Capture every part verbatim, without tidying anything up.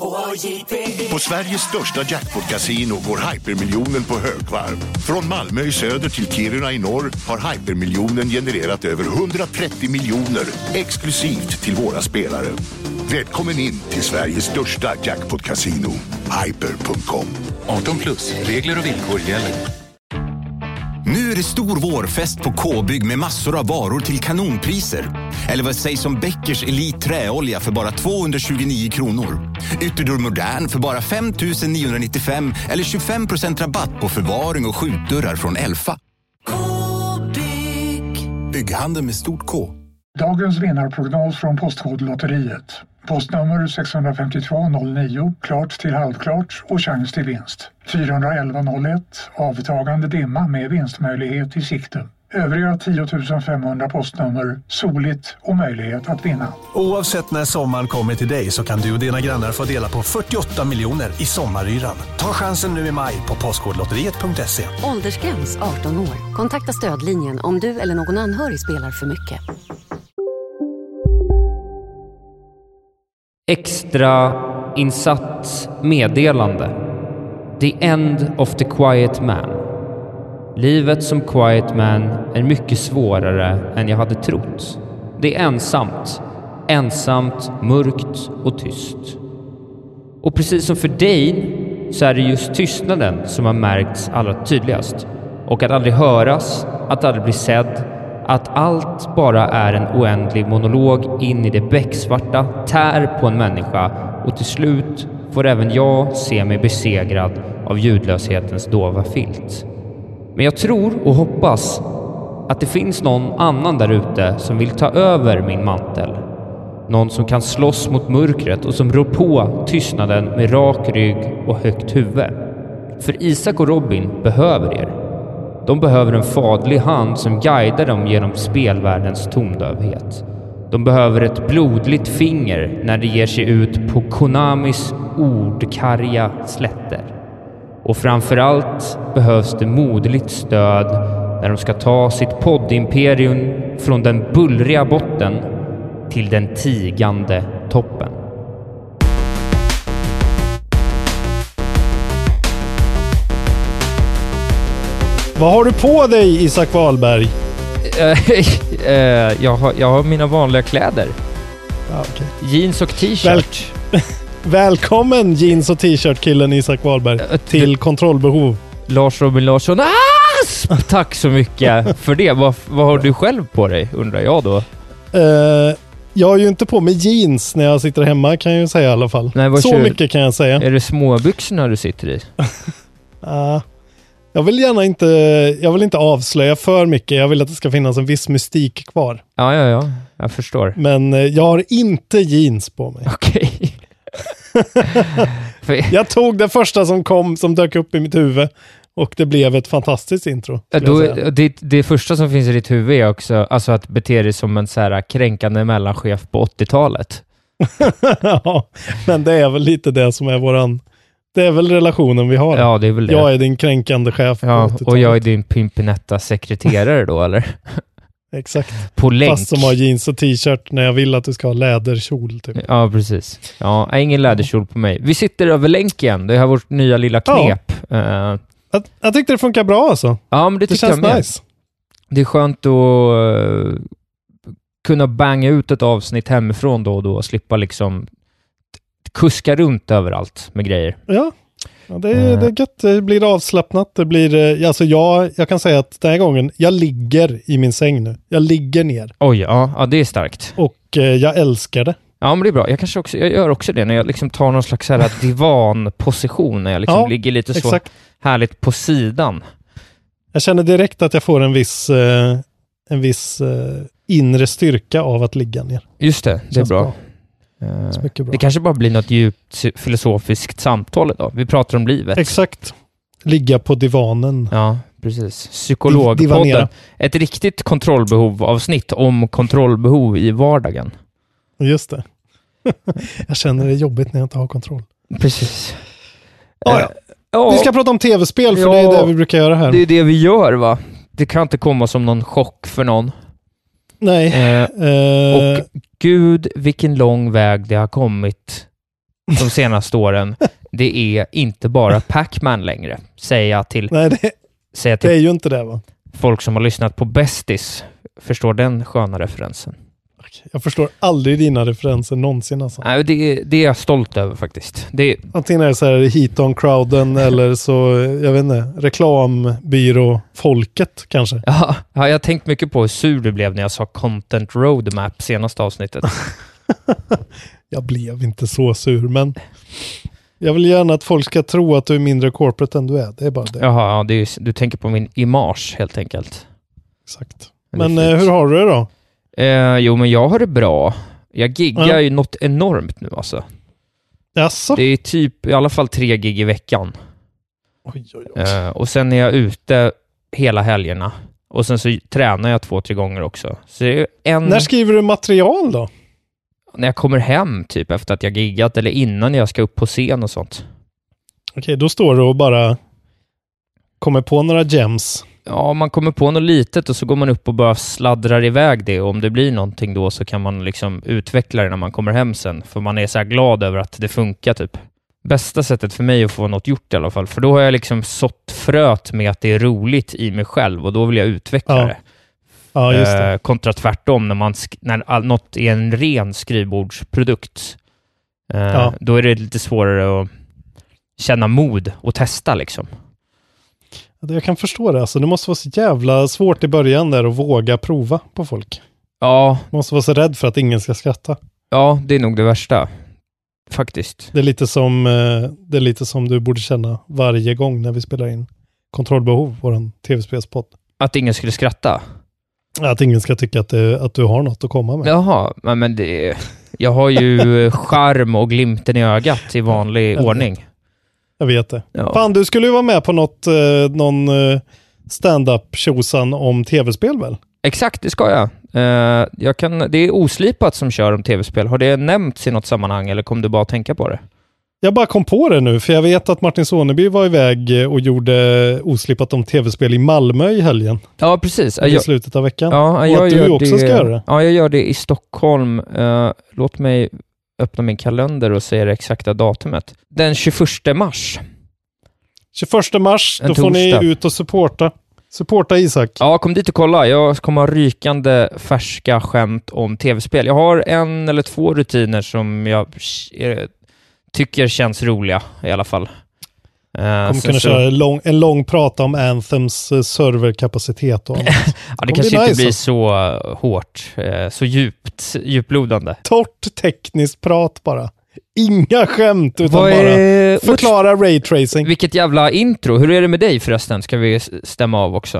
På Sveriges största jackpot-casino går hypermiljonen på högvarv. Från Malmö i söder till Kiruna i norr har hypermiljonen genererat över hundratrettio miljoner exklusivt till våra spelare. Välkommen in till Sveriges största jackpot-casino, hyper punkt com. arton plus, regler och villkor gäller. Nu är det stor vårfest på K-bygg med massor av varor till kanonpriser. Eller vad sägs om Bäckers Elite träolja för bara tvåhundratjugonio kronor. Ytterdörr Modern för bara fem tusen niohundranittiofem eller tjugofem procent rabatt på förvaring och skjutdörrar från Elfa. K-bygg. Bygghandel med stort K. Dagens vinnarprognos från Postkodlotteriet. Postnummer sexhundrafemtiotvå noll nio, klart till halvklart och chans till vinst. fyrahundraelva noll ett, avtagande dimma med vinstmöjlighet i sikte. Övriga tio tusen femhundra postnummer, soligt och möjlighet att vinna. Oavsett när sommaren kommer till dig så kan du och dina grannar få dela på fyrtioåtta miljoner i sommaryran. Ta chansen nu i maj på postkodlotteriet punkt se. Åldersgräns arton år. Kontakta stödlinjen om du eller någon anhörig spelar för mycket. Extra insatt meddelande. The end of the quiet man. Livet som quiet man är mycket svårare än jag hade trott. Det är ensamt. Ensamt, mörkt och tyst. Och precis som för dig så är det just tystnaden som har märkts allra tydligast. Och att aldrig höras, att aldrig bli sedd, att allt bara är en oändlig monolog in i det becksvarta, tär på en människa och till slut får även jag se mig besegrad av ljudlöshetens dova filt. Men jag tror och hoppas att det finns någon annan där ute som vill ta över min mantel. Någon som kan slåss mot mörkret och som rår på tystnaden med rak rygg och högt huvud. För Isak och Robin behöver er. De behöver en fadlig hand som guidar dem genom spelvärldens tondövhet. De behöver ett blodligt finger när de ger sig ut på Konamis ordkarga slätter. Och framförallt behövs det moderligt stöd när de ska ta sitt poddimperium från den bullriga botten till den tigande toppen. Vad har du på dig, Isak Wahlberg? jag, har, jag har mina vanliga kläder. Ja, okay. Jeans och t-shirt. Väl- Välkommen jeans och t-shirt-killen Isak Wahlberg till Kontrollbehov. Lars Robin Larsson. Asp! Tack så mycket för det. Vad, vad har du själv på dig, undrar jag då? Uh, jag har ju inte på mig jeans när jag sitter hemma, kan jag ju säga i alla fall. Nej, så kör... mycket kan jag säga. Är det småbyxorna du sitter i? uh, jag vill gärna inte jag vill inte avslöja för mycket. Jag vill att det ska finnas en viss mystik kvar. Ja, ja, ja. Jag förstår. Men uh, jag har inte jeans på mig. Okej. Okay. Jag tog det första som kom, som dök upp i mitt huvud, och det blev ett fantastiskt intro. Då, det, det första som finns i ditt huvud är också alltså att bete dig som en så här kränkande mellanchef på åttiotalet. Ja, men det är väl lite det som är våran, det är väl relationen vi har. Ja, det är väl det. Jag är din kränkande chef på ja, åttiotalet. Och jag är din pimpinetta sekreterare då, eller? Exakt. På länk. Fast som har jeans och t-shirt när jag vill att du ska ha läderkjol typ. Ja, precis. Ja, ingen läderkjol på mig. Vi sitter över länk igen. Det är vårt nya lilla knep. Ja. Uh, jag, jag tyckte det funkar bra alltså. Ja, men det, det känns jag nice. Det är skönt att uh, kunna banga ut ett avsnitt hemifrån då och då och slippa liksom kuska runt överallt med grejer. Ja. Ja, det, är, det är gött, det blir avslappnat. Det blir, alltså jag, jag kan säga att den här gången, jag ligger i min säng nu. Jag ligger ner. Oj, ja, ja det är starkt. Och eh, jag älskar det. Ja, men det är bra. Jag kanske också, jag gör också det när jag liksom tar någon slags så här divanposition, när jag liksom ja, ligger lite så exakt. Härligt på sidan. Jag känner direkt att jag får en viss, eh, en viss eh, inre styrka av att ligga ner. Just det, det är bra. bra. Det kanske bara blir något djupt filosofiskt samtal idag. Vi pratar om livet. Exakt. Ligga på divanen. Ja, precis. Psykologpodden. Ett riktigt kontrollbehov-avsnitt om kontrollbehov i vardagen. Just det. Jag känner det jobbigt när jag inte har kontroll. Precis. Ah, ja. Ja. Vi ska prata om tv-spel, för ja, det är det vi brukar göra här. Det är det vi gör, va? Det kan inte komma som någon chock för någon. Nej. Eh, eh. Och gud, vilken lång väg det har kommit de senaste åren, det är inte bara Pac-Man längre, säger jag till, Nej, det, säger till det är ju inte det, va? folk som har lyssnat på Bestis. Förstår den sköna referensen? Jag förstår aldrig dina referenser någonsin. Alltså. Nej, det, det är jag stolt över faktiskt. Det, Antingen är det så här Heat on Crowden eller så, jag vet inte, reklambyrå-folket kanske. ja, ja, jag har tänkt mycket på hur sur du blev när jag sa Content Roadmap senaste avsnittet. Jag blev inte så sur, men jag vill gärna att folk ska tro att du är mindre corporate än du är. Det är bara det. Jaha, ja, det är, du tänker på min image helt enkelt. Exakt. Men Men eh, hur har du det då? Eh, jo, men jag har det bra. Jag giggar Ja. ju något enormt nu alltså. Jaså? Det är typ i alla fall tre gig i veckan. Oj, oj, oj. Eh, och sen är jag ute hela helgerna. Och sen så tränar jag två, tre gånger också. Så det är en... När skriver du material då? När jag kommer hem typ efter att jag giggat eller innan jag ska upp på scen och sånt. Okej, då står du och bara kommer på några gems. Ja, man kommer på något litet och så går man upp och bara sladdrar iväg det. Och om det blir någonting då så kan man liksom utveckla det när man kommer hem sen. För man är så här glad över att det funkar typ. Bästa sättet för mig att få något gjort i alla fall. För då har jag liksom sått fröet med att det är roligt i mig själv. Och då vill jag utveckla Ja. det. Ja, just det. Eh, kontra tvärtom när, man sk- när all- något är en ren skrivbordsprodukt. Eh, Ja. Då är det lite svårare att känna mod och testa liksom. Jag kan förstå det. Alltså, det måste vara så jävla svårt i början där att våga prova på folk. Ja, Man måste vara så rädd för att ingen ska skratta. ja, det är nog det värsta. Faktiskt. Det är lite som, eh, det är lite som du borde känna varje gång när vi spelar in Kontrollbehov, vår tv-spelspodd. Att ingen skulle skratta. Att ingen ska tycka att, det, att du har något att komma med. Jaha, men, men det, jag har ju charm och glimten i ögat i vanlig Jag ordning. vet. Jag vet det. Ja. Fan, du skulle ju vara med på något, eh, någon eh, stand-up tjosan om tv-spel väl? Exakt, det ska jag. Uh, jag kan, det är Oslipat som kör om tv-spel. Har det nämnts i något sammanhang eller kom du bara att tänka på det? Jag bara kom på det nu, för jag vet att Martin Soneby var iväg och gjorde Oslipat om tv-spel i Malmö i helgen. Ja, precis. I Jag, slutet av veckan. ja, och jag att du gör också det, ska göra det. Ja, jag gör det i Stockholm. Uh, låt mig öppna min kalender och säga det exakta datumet. Den tjugoförsta mars. tjugoförsta mars, En då får ni torsdag. ut och supporta. Supporta Isak. Ja, kom dit och kolla. Jag kommer ha rykande färska skämt om tv-spel. Jag har en eller två rutiner som jag eh, tycker känns roliga i alla fall. Uh, Kommer kunna köra en lång, en lång prata om Anthems eh, serverkapacitet och annat. Ja, det kommer kanske bli inte nice, blir så uh, hårt, uh, så djupt, djuplodande. Torrt tekniskt prat bara. Inga skämt utan Vad bara är- förklara raytracing. Vilket jävla intro. Hur är det med dig förresten? Ska vi s- stämma av också?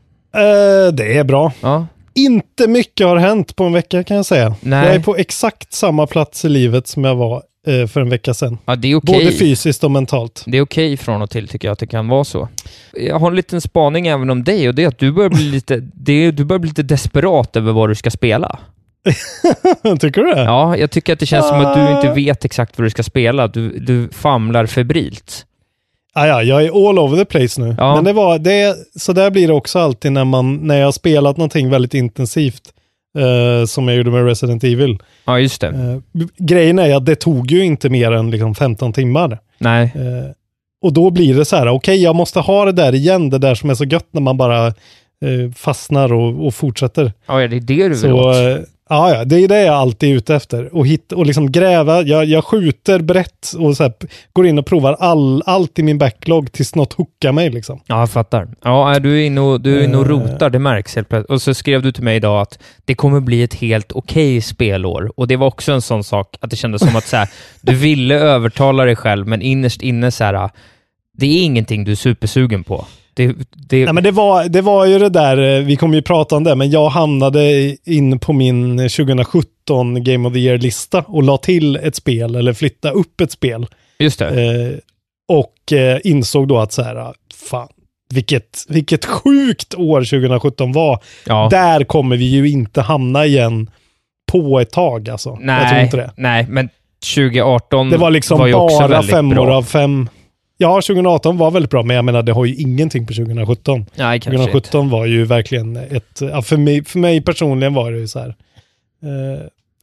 Eh, det är bra. Ja. Inte mycket har hänt på en vecka kan jag säga. Nej. Jag är på exakt samma plats i livet som jag var eh, för en vecka sedan. Ja, det är okej. Både fysiskt och mentalt. Det är okej från och till tycker jag att det kan vara så. Jag har en liten spaning även om dig och det är att du börjar bli lite, det är, du börjar bli lite desperat över vad du ska spela. Tycker du det? Ja, jag tycker att det känns som att du inte vet exakt vad du ska spela. Du, du famlar febrilt. Ah, ja, jag är all over the place nu. Ja. Men det var, det, så där blir det också alltid när, man, när jag har spelat någonting väldigt intensivt. Eh, som jag gjorde med Resident Evil. Ja, just det. Eh, grejen är att det tog ju inte mer än liksom femton timmar. Nej. Eh, och då blir det så här, okej okay, jag måste ha det där igen, det där som är så gött när man bara eh, fastnar och, och fortsätter. Ja, det är det du vill Så, åt. eh, ja, ja, det är det jag alltid är ute efter. Och, hit, och liksom gräva, jag, jag skjuter brett och så här, går in och provar all, allt i min backlog tills något hookar mig liksom. Ja, jag fattar. Ja, du är inne och, du är inne och Eh. rotar, det märks helt plötsligt. Och så skrev du till mig idag att det kommer bli ett helt okej spelår. Och det var också en sån sak att det kändes som att så här, du ville övertala dig själv, men innerst inne så här, det är ingenting du är supersugen på. Det, det... Nej, men det var, det var ju det där, vi kommer ju prata om det, men jag hamnade in på min tjugohundrasjutton Game of the Year-lista och la till ett spel, eller flytta upp ett spel. Just det. Eh, och eh, insåg då att så här, fan, vilket, vilket sjukt år tjugohundrasjutton var. Ja. Där kommer vi ju inte hamna igen på ett tag alltså. Nej, jag tror inte det. nej, men tjugoarton Det var liksom var ju också bara väldigt femmor bra. av fem. Ja, tjugoarton var väldigt bra, men jag menar det har ju ingenting på tjugohundrasjutton. Nej, kanske tjugohundrasjutton var ju verkligen ett, ja, för mig, för mig personligen var det ju så här. Eh,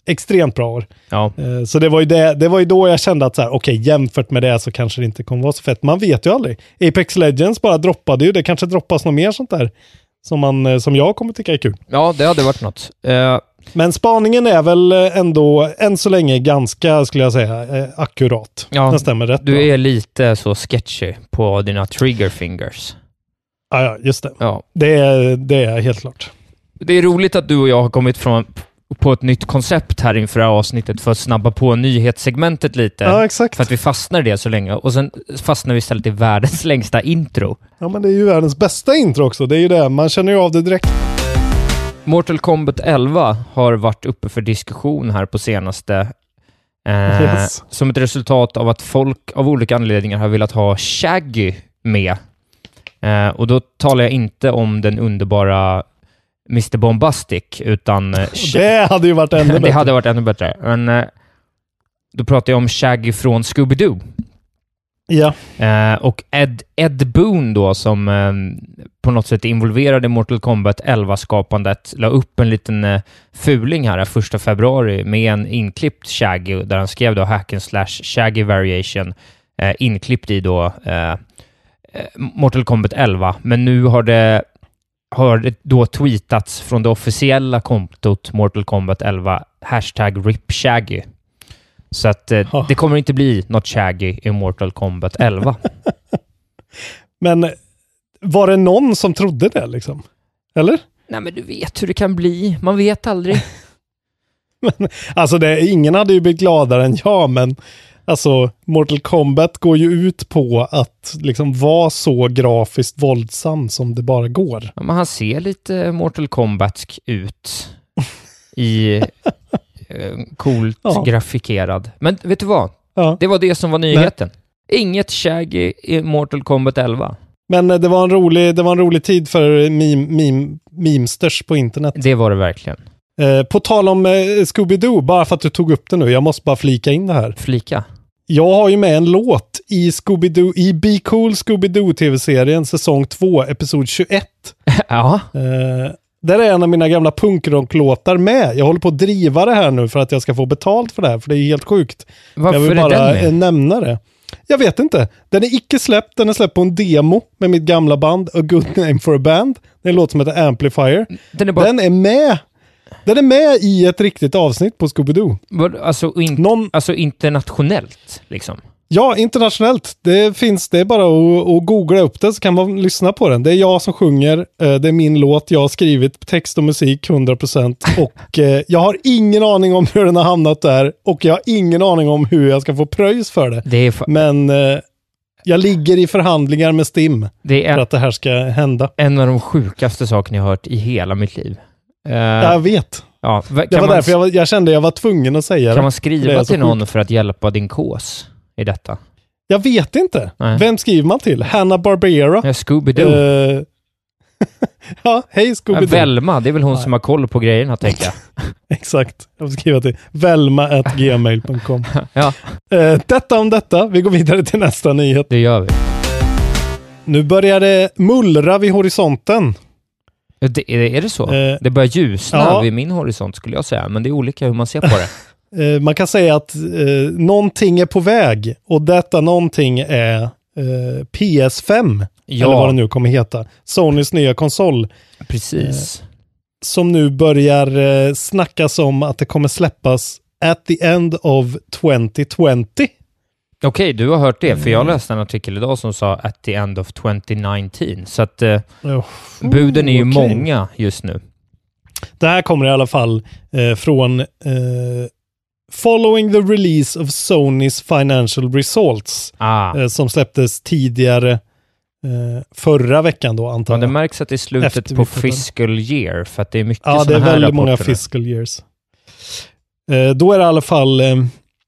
extremt bra år. Ja. Eh, så det var, ju det, det var ju då jag kände att så här, okej, okay, jämfört med det så kanske det inte kommer vara så fett. Man vet ju aldrig. Apex Legends bara droppade ju. Det kanske droppas något mer sånt där som, man, som jag kommer tycka är kul. Ja, det hade varit något. Uh... Men spaningen är väl ändå än så länge ganska, skulle jag säga, eh, akkurat. Ja, den stämmer rätt du bra. är lite så sketchy på dina trigger fingers. Ja, ja, just det. Ja. Det, är, det är helt klart. Det är roligt att du och jag har kommit från, på ett nytt koncept här inför det här avsnittet för att snabba på nyhetssegmentet lite. Ja, exakt. För att vi fastnar i det så länge. Och sen fastnar vi istället i världens längsta intro. Ja, men det är ju världens bästa intro också. Det är ju det. Man känner ju av det direkt. Mortal Kombat elva har varit uppe för diskussion här på senaste. Eh, yes. Som ett resultat av att folk av olika anledningar har velat ha Shaggy med. Eh, och då talar jag inte om den underbara mister Bombastic, utan... Eh, det hade ju varit ännu bättre. Det hade varit ännu bättre. Men eh, då pratar jag om Shaggy från Scooby-Doo. Ja. Eh, och Ed, Ed Boon då, som eh, på något sätt involverade Mortal Kombat elva-skapandet, la upp en liten eh, fuling här första februari med en inklippt Shaggy, där han skrev då hack and slash Shaggy variation, eh, inklippt i då eh, Mortal Kombat elva. Men nu har det, har det då tweetats från det officiella kontot Mortal Kombat elva, hashtag RIP Shaggy. Så att eh, oh. det kommer inte bli något Shaggy i Mortal Kombat elva. Men var det någon som trodde det liksom? Eller? Nej, men du vet hur det kan bli. Man vet aldrig. men, alltså det, ingen hade ju blivit gladare än jag, men alltså Mortal Kombat går ju ut på att liksom vara så grafiskt våldsam som det bara går. Ja, men han ser lite Mortal Kombatsk ut i... coolt ja. grafikerad. Men vet du vad? Ja. Det var det som var nyheten. Nej. Inget Shaggy i Mortal Kombat elva. Men det var en rolig, det var en rolig tid för meme, meme, memesters på internet. Det var det verkligen. Eh, på tal om eh, Scooby-Doo, bara för att du tog upp det nu. Jag måste bara flika in det här. Flika? Jag har ju med en låt i Scooby-Doo, i Be Cool Scooby-Doo-tv-serien säsong två, episod tjugoett. Ja. Eh, Där är en av mina gamla punkrocklåtar med. Jag håller på att driva det här nu för att jag ska få betalt för det här. För det är helt sjukt. Varför jag vill bara är den med? nämna det. Jag vet inte. Den är icke släppt. Den är släppt på en demo med mitt gamla band A Good Name for a Band. Det är en låt som heter Amplifier. Den är, bara... den är med. Den är med i ett riktigt avsnitt på Scooby-Doo. Alltså, in... Någon... alltså internationellt liksom? Ja, internationellt. Det finns, det är bara att, att googla upp det så kan man lyssna på den. Det är jag som sjunger, det är min låt, jag har skrivit text och musik hundra procent och jag har ingen aning om hur den har hamnat där och jag har ingen aning om hur jag ska få pröjs för det. det är fa- Men eh, jag ligger i förhandlingar med Stim det är för att det här ska hända. En av de sjukaste sakerna jag har hört i hela mitt liv. Uh, jag vet. Ja, v- det var man, därför jag, jag kände jag var tvungen att säga kan det. Kan man skriva till någon sjukt. för att hjälpa din kås i detta? Jag vet inte. Nej. Vem skriver man till? Hanna-Barbera? Ja, Scooby-Doo. Uh, ja, hej Scooby-Doo. Ja, Velma, det är väl hon Nej. som har koll på grejerna, tänker jag. Exakt. Jag får skriva till velma at gmail dot com. ja. uh, Detta om detta. Vi går vidare till nästa nyhet. Det gör vi. Nu börjar det mullra vid horisonten. Det, är, är det så? Uh, det börjar ljusna ja. vid min horisont, skulle jag säga. Men det är olika hur man ser på det. Uh, man kan säga att uh, någonting är på väg och detta någonting är uh, P S fem ja. eller vad det nu kommer heta. Sonys nya konsol. Precis. Uh, som nu börjar uh, snackas om att det kommer släppas at the end of twenty twenty. Okej, okay, du har hört det, för jag läste en artikel idag som sa at the end of twenty nineteen. Så att uh, oh. buden är ju okay. många just nu. Det här kommer i alla fall uh, från uh, Following the release of Sony's financial results ah. eh, som släpptes tidigare eh, förra veckan då, antar jag. Ja, det märks att det är slutet Efter på fiscal year, för att det är mycket ja, sådana här Ja, det är väldigt många fiscal years. Eh, då är det i alla fall eh,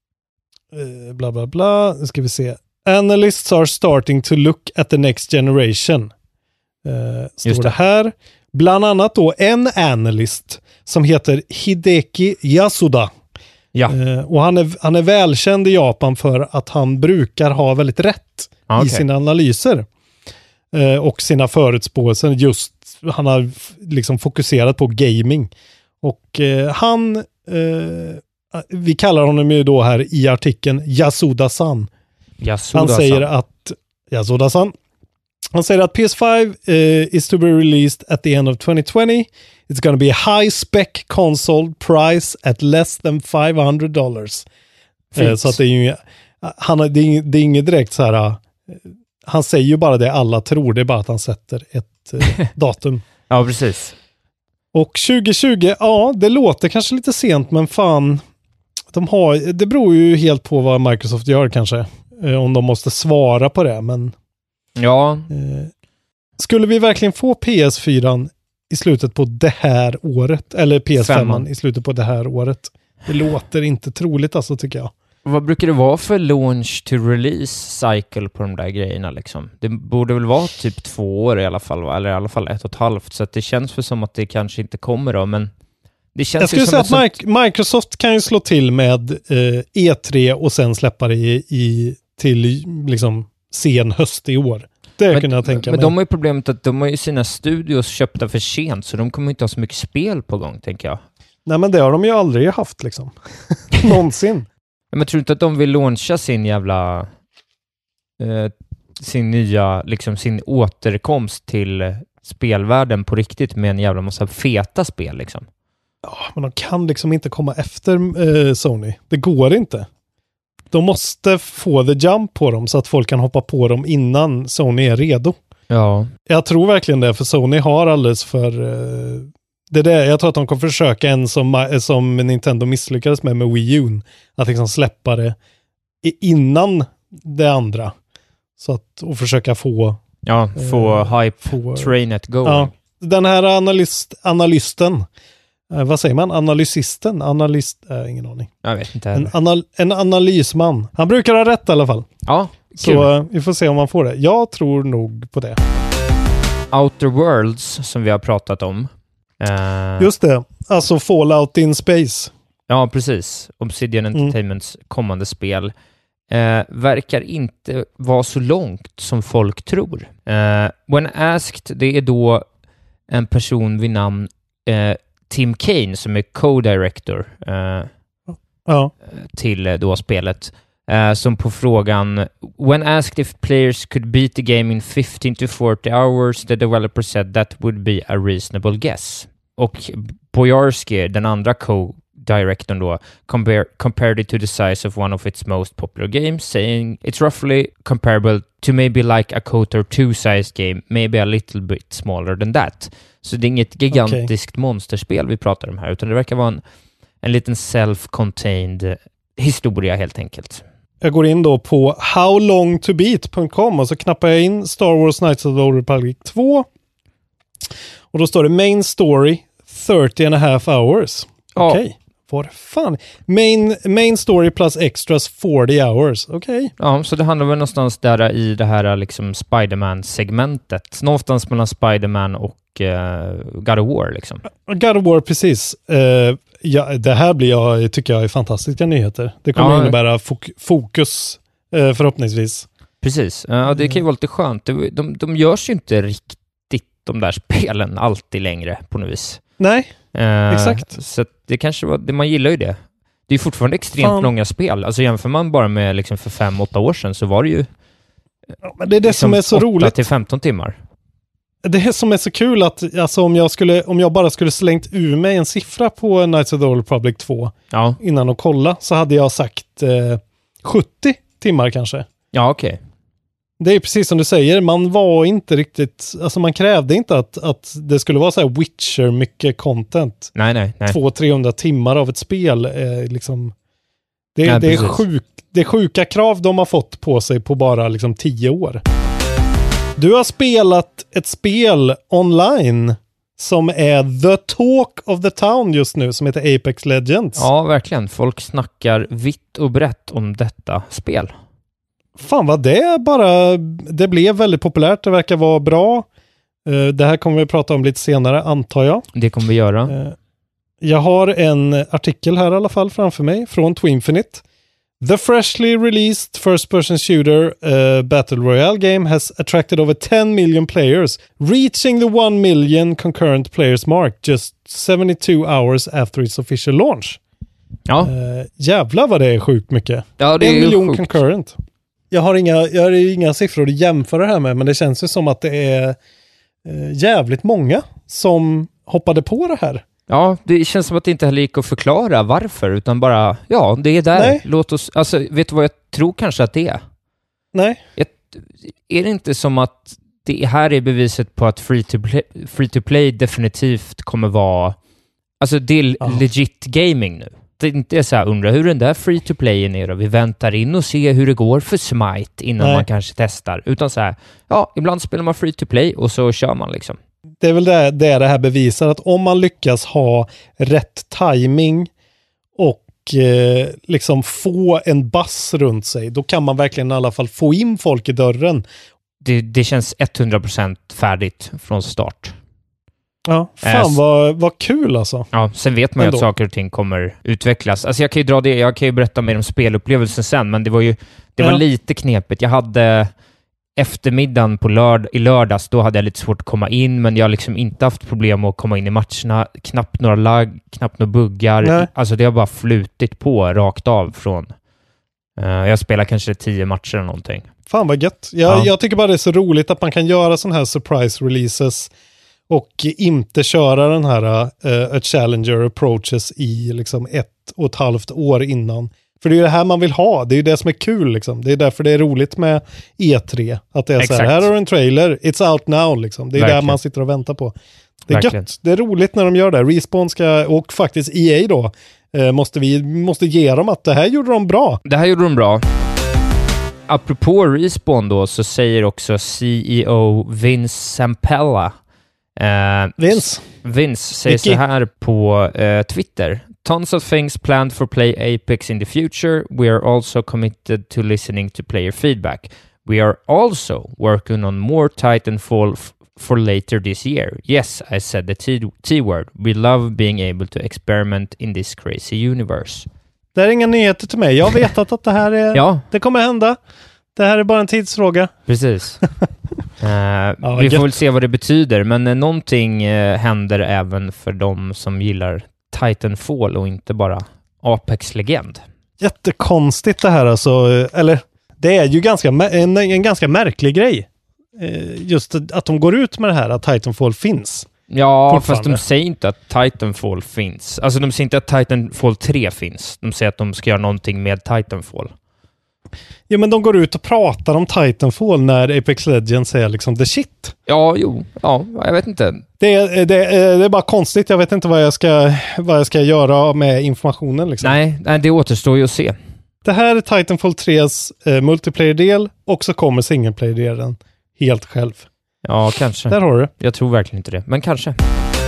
bla bla bla, nu ska vi se. Analysts are starting to look at the next generation. Eh, står Just det. det här. Bland annat då en analyst som heter Hideki Yasuda. Ja. Uh, och han är, han är välkänd i Japan för att han brukar ha väldigt rätt ah, okay. i sina analyser uh, och sina förutspåelser. Just, han har f- liksom fokuserat på gaming. Och uh, han eh, vi kallar honom ju då här i artikeln Yasuda-san. Yasuda-san. Han säger att Yasuda-san Han säger att P S fem uh, is to be released at the end of twenty twenty. It's going to be a high-spec console price at less than five hundred dollars. Uh, så att det är ju han, det är, det är inget direkt så här uh, han säger ju bara det alla tror, det är bara att han sätter ett uh, datum. Ja, precis. Och tjugo tjugo, ja, det låter kanske lite sent, men fan, de har, det beror ju helt på vad Microsoft gör kanske. Uh, om de måste svara på det, men ja. Uh, skulle vi verkligen få P S fyra i slutet på det här året, eller P S fem Femman. I slutet på det här året? Det låter inte troligt alltså, tycker jag. Vad brukar det vara för launch to release cycle på de där grejerna liksom? Det borde väl vara typ två år i alla fall, va? Eller i alla fall ett och ett halvt, så att det känns för som att det kanske inte kommer då, men det känns. Jag skulle ju som säga att sånt... Microsoft kan ju slå till med eh, E tre och sen släppa det i, i till liksom sen höst i år. Det men, kan jag tänka men mig. De har ju problemet att de har ju sina studios köpta för sent, så de kommer inte ha så mycket spel på gång, tänker jag. Nej, men det har de ju aldrig haft liksom. Någonsin. Men tror inte att de vill launcha sin jävla eh, sin nya, liksom sin återkomst till spelvärlden på riktigt med en jävla massa feta spel liksom? Ja, men de kan liksom inte komma efter eh, Sony. Det går inte. De måste få the jump på dem så att folk kan hoppa på dem innan Sony är redo. Ja. Jag tror verkligen det, för Sony har alldeles för... Eh, det är det, jag tror att de kommer försöka en som, som Nintendo misslyckades med med Wii U. Att liksom släppa det innan det andra. Så att, och försöka få... Ja, få eh, hype få, trainet going. Ja, den här analyst, analysten... Eh, vad säger man? Analysisten? Analyst? Eh, ingen aning. Jag vet inte en, anal, en analysman. Han brukar ha rätt i alla fall. Ja, kul. Så eh, vi får se om man får det. Jag tror nog på det. Outer Worlds, som vi har pratat om. Uh, Just det. Alltså Fallout in Space. Ja, precis. Obsidian Entertainments mm. kommande spel. Uh, verkar inte vara så långt som folk tror. Uh, when asked, det är då en person vid namn uh, Tim Kane som är co-director uh, ja. till uh, då spelet. Uh, som på frågan when asked if players could beat the game in fifteen to forty hours, the developer said that would be a reasonable guess. Och Boyarsky, den andra co-directorn då, compare, compared it to the size of one of its most popular games, saying it's roughly comparable to maybe like a KOTOR two size game, maybe a little bit smaller than that. Så det är inget gigantiskt okay. monsterspel vi pratar om här, utan det verkar vara en, en liten self-contained historia helt enkelt. Jag går in då på how long to beat dot com och så knappar jag in Star Wars Knights of the Old Republic two. Och då står det main story thirty and a half hours. Okej. Okay. Vad fan? Main, main story plus extras forty hours. Okej. Okay. Ja, så det handlar väl någonstans där i det här liksom Spider-Man-segmentet. Någonstans mellan Spider-Man och uh, God of War liksom. God of War, precis. Uh, ja, det här blir jag, tycker jag är fantastiska nyheter. Det kommer ja. innebära fok- fokus uh, förhoppningsvis. Precis. Ja, det kan ju vara lite skönt. De, de, de görs ju inte riktigt de där spelen alltid längre på något vis. Nej, uh, exakt. Så det kanske var, det, man gillar ju det. Det är fortfarande extremt Fan. långa spel. Alltså jämför man bara med liksom för fem åtta år sedan så var det ju ja, men det är det liksom som är så roligt. åtta till femton timmar. Det är som är så kul att alltså, om, jag skulle, om jag bara skulle slängt ur mig en siffra på Knights of the Old Republic two ja. innan att kolla, så hade jag sagt eh, sjuttio timmar kanske. Ja, okej. Okay. Det är precis som du säger, man var inte riktigt, alltså man krävde inte att, att det skulle vara så här Witcher mycket content. Nej, nej, nej. två till trehundra timmar av ett spel eh, liksom, det, nej, det, är sjuk, det är sjuka krav de har fått på sig på bara liksom tio år. Du har spelat ett spel online som är the talk of the town just nu, som heter Apex Legends. Ja, verkligen. Folk snackar vitt och brett om detta spel. Fan vad det bara, det blev väldigt populärt, det verkar vara bra. Uh, det här kommer vi prata om lite senare, antar jag. Det kommer vi göra. Uh, jag har en artikel här i alla fall framför mig från Twinfinite. The freshly released first-person shooter uh, Battle Royale game has attracted over ten million players, reaching the one million concurrent players mark just seventy-two hours after its official launch. Ja. Uh, jävlar vad det är sjukt mycket. Ja, det en är miljon sjukt. concurrent. Jag har, inga, jag har inga siffror att jämföra det här med, men det känns ju som att det är uh, jävligt många som hoppade på det här. Ja, det känns som att det inte heller gick att förklara varför, utan bara, ja, det är där. Nej. Låt oss, alltså, vet du vad jag tror kanske att det är? Nej. Jag, är det inte som att det här är beviset på att free to play, free to play definitivt kommer vara, alltså det är Ja. legit gaming nu. Det är inte så här, undra hur den där free to playen är då. Vi väntar in och ser hur det går för Smite innan Nej. man kanske testar. Utan så här, ja, ibland spelar man free to play och så kör man liksom. Det är väl det, det det här bevisar, att om man lyckas ha rätt timing och eh, liksom få en bass runt sig, då kan man verkligen i alla fall få in folk i dörren. Det, det känns hundra procent färdigt från start. Ja, fan Äh, vad, vad kul alltså. Ja, sen vet man ju Ändå. att saker och ting kommer utvecklas. Alltså jag kan ju dra det, jag kan ju berätta mer om spelupplevelsen sen, men det var ju det var Ja. lite knepigt. Jag hade eftermiddagen på lörd, i lördags, då hade jag lite svårt att komma in, men jag har liksom inte haft problem att komma in i matcherna. Knappt några lag, knappt några buggar. Nej. Alltså det har bara flutit på rakt av från... Uh, jag spelar kanske tio matcher eller någonting. Fan vad gött. Jag, Ja. jag tycker bara det är så roligt att man kan göra sån här surprise releases och inte köra den här uh, a challenger approaches i liksom ett och ett halvt år innan. För det är ju det här man vill ha. Det är ju det som är kul liksom. Det är därför det är roligt med E tre. Att det är så här, Exakt. här har du en trailer, it's out now liksom. Det är Verkligen. där man sitter och väntar på. Det är Verkligen. gött. Det är roligt när de gör det. Respawn ska, och faktiskt E A då, eh, måste vi måste ge dem att det här gjorde de bra. Det här gjorde de bra. Apropå Respawn då, så säger också C E O Vince Zampella. Eh, Vince. Vince säger Vicky. så här på eh, Twitter. Tons of things planned for Play Apex in the future. We are also committed to listening to player feedback. We are also working on more Titanfall f- for later this year. Yes, I said the T- T-word. We love being able to experiment in this crazy universe. Det är inga nyheter till mig. Jag har vetat att det här är, Ja, det kommer hända. Det här är bara en tidsfråga. precis. Eh, Ja, vi får gött. väl se vad det betyder, men eh, någonting eh, händer även för de som gillar Titanfall och inte bara Apex-legend. Jättekonstigt det här alltså. Eller det är ju ganska en, en ganska märklig grej. Eh, Just att de går ut med det här att Titanfall finns. Ja, fast Fortfarande. de säger inte att Titanfall finns. Alltså de säger inte att Titanfall tre finns. De säger att de ska göra någonting med Titanfall. Ja, men de går ut och pratar om Titanfall när Apex Legends är liksom the shit. Ja, jo. Ja, jag vet inte. Det är, det, är, det är bara konstigt. Jag vet inte vad jag ska, vad jag ska göra med informationen. Liksom. Nej, nej, det återstår ju att se. Det här är Titanfall tres eh, multiplayer-del och så kommer singleplayer-delen helt själv. Ja, kanske. Där har du. Jag tror verkligen inte det, men kanske.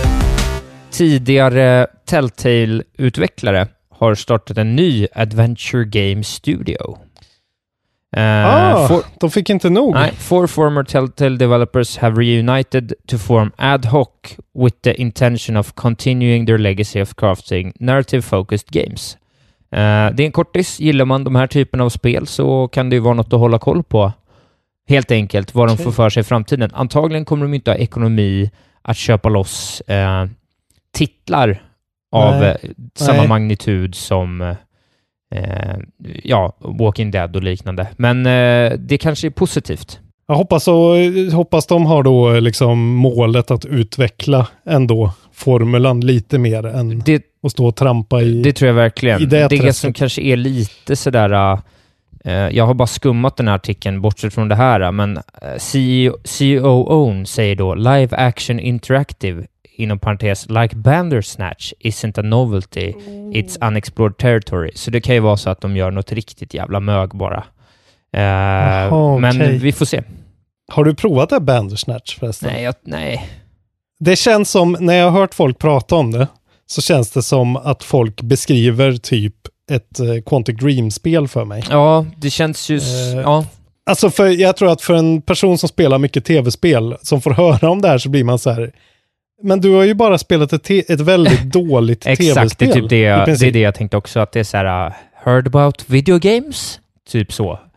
Tidigare Telltale-utvecklare har startat en ny Adventure Game Studio. Uh, Ah, for, de fick inte nog. nej, four former Telltale developers have reunited to form Ad Hoc with the intention of continuing their legacy of crafting narrative-focused games. Uh, det är en kortis. Gillar man de här typen av spel så kan det ju vara något att hålla koll på. Helt enkelt vad de får för sig i framtiden. Antagligen kommer de inte ha ekonomi att köpa loss eh, titlar av Nej. eh, samma Nej. magnitud som eh, ja, Walking Dead och liknande. Men eh, det kanske är positivt. Jag hoppas, och, hoppas de har då liksom målet att utveckla ändå formulan lite mer än Det, att stå och trampa i... det tror jag verkligen. i det det träsket. som kanske är lite sådär... Uh, jag har bara skummat den här artikeln bortsett från det här, men uh, C E O säger då Live Action Interactive, inom parentes, like Bandersnatch isn't a novelty, it's unexplored territory. Så det kan ju vara så att de gör något riktigt jävla mög bara. Uh, Jaha, men okej. vi får se. Har du provat det Bandersnatch förresten? Nej, jag, nej. Det känns som, när jag har hört folk prata om det, så känns det som att folk beskriver typ ett uh, Quantic Dream-spel för mig. Ja, det känns ju... s- Eh, ja. Alltså för, jag tror att för en person som spelar mycket tv-spel, som får höra om det här, så blir man så här: men du har ju bara spelat ett, te- ett väldigt dåligt tv-spel. Exakt, det är typ det i jag, det princip. är det jag tänkte också, att det är så här, uh, heard about video games? Typ så.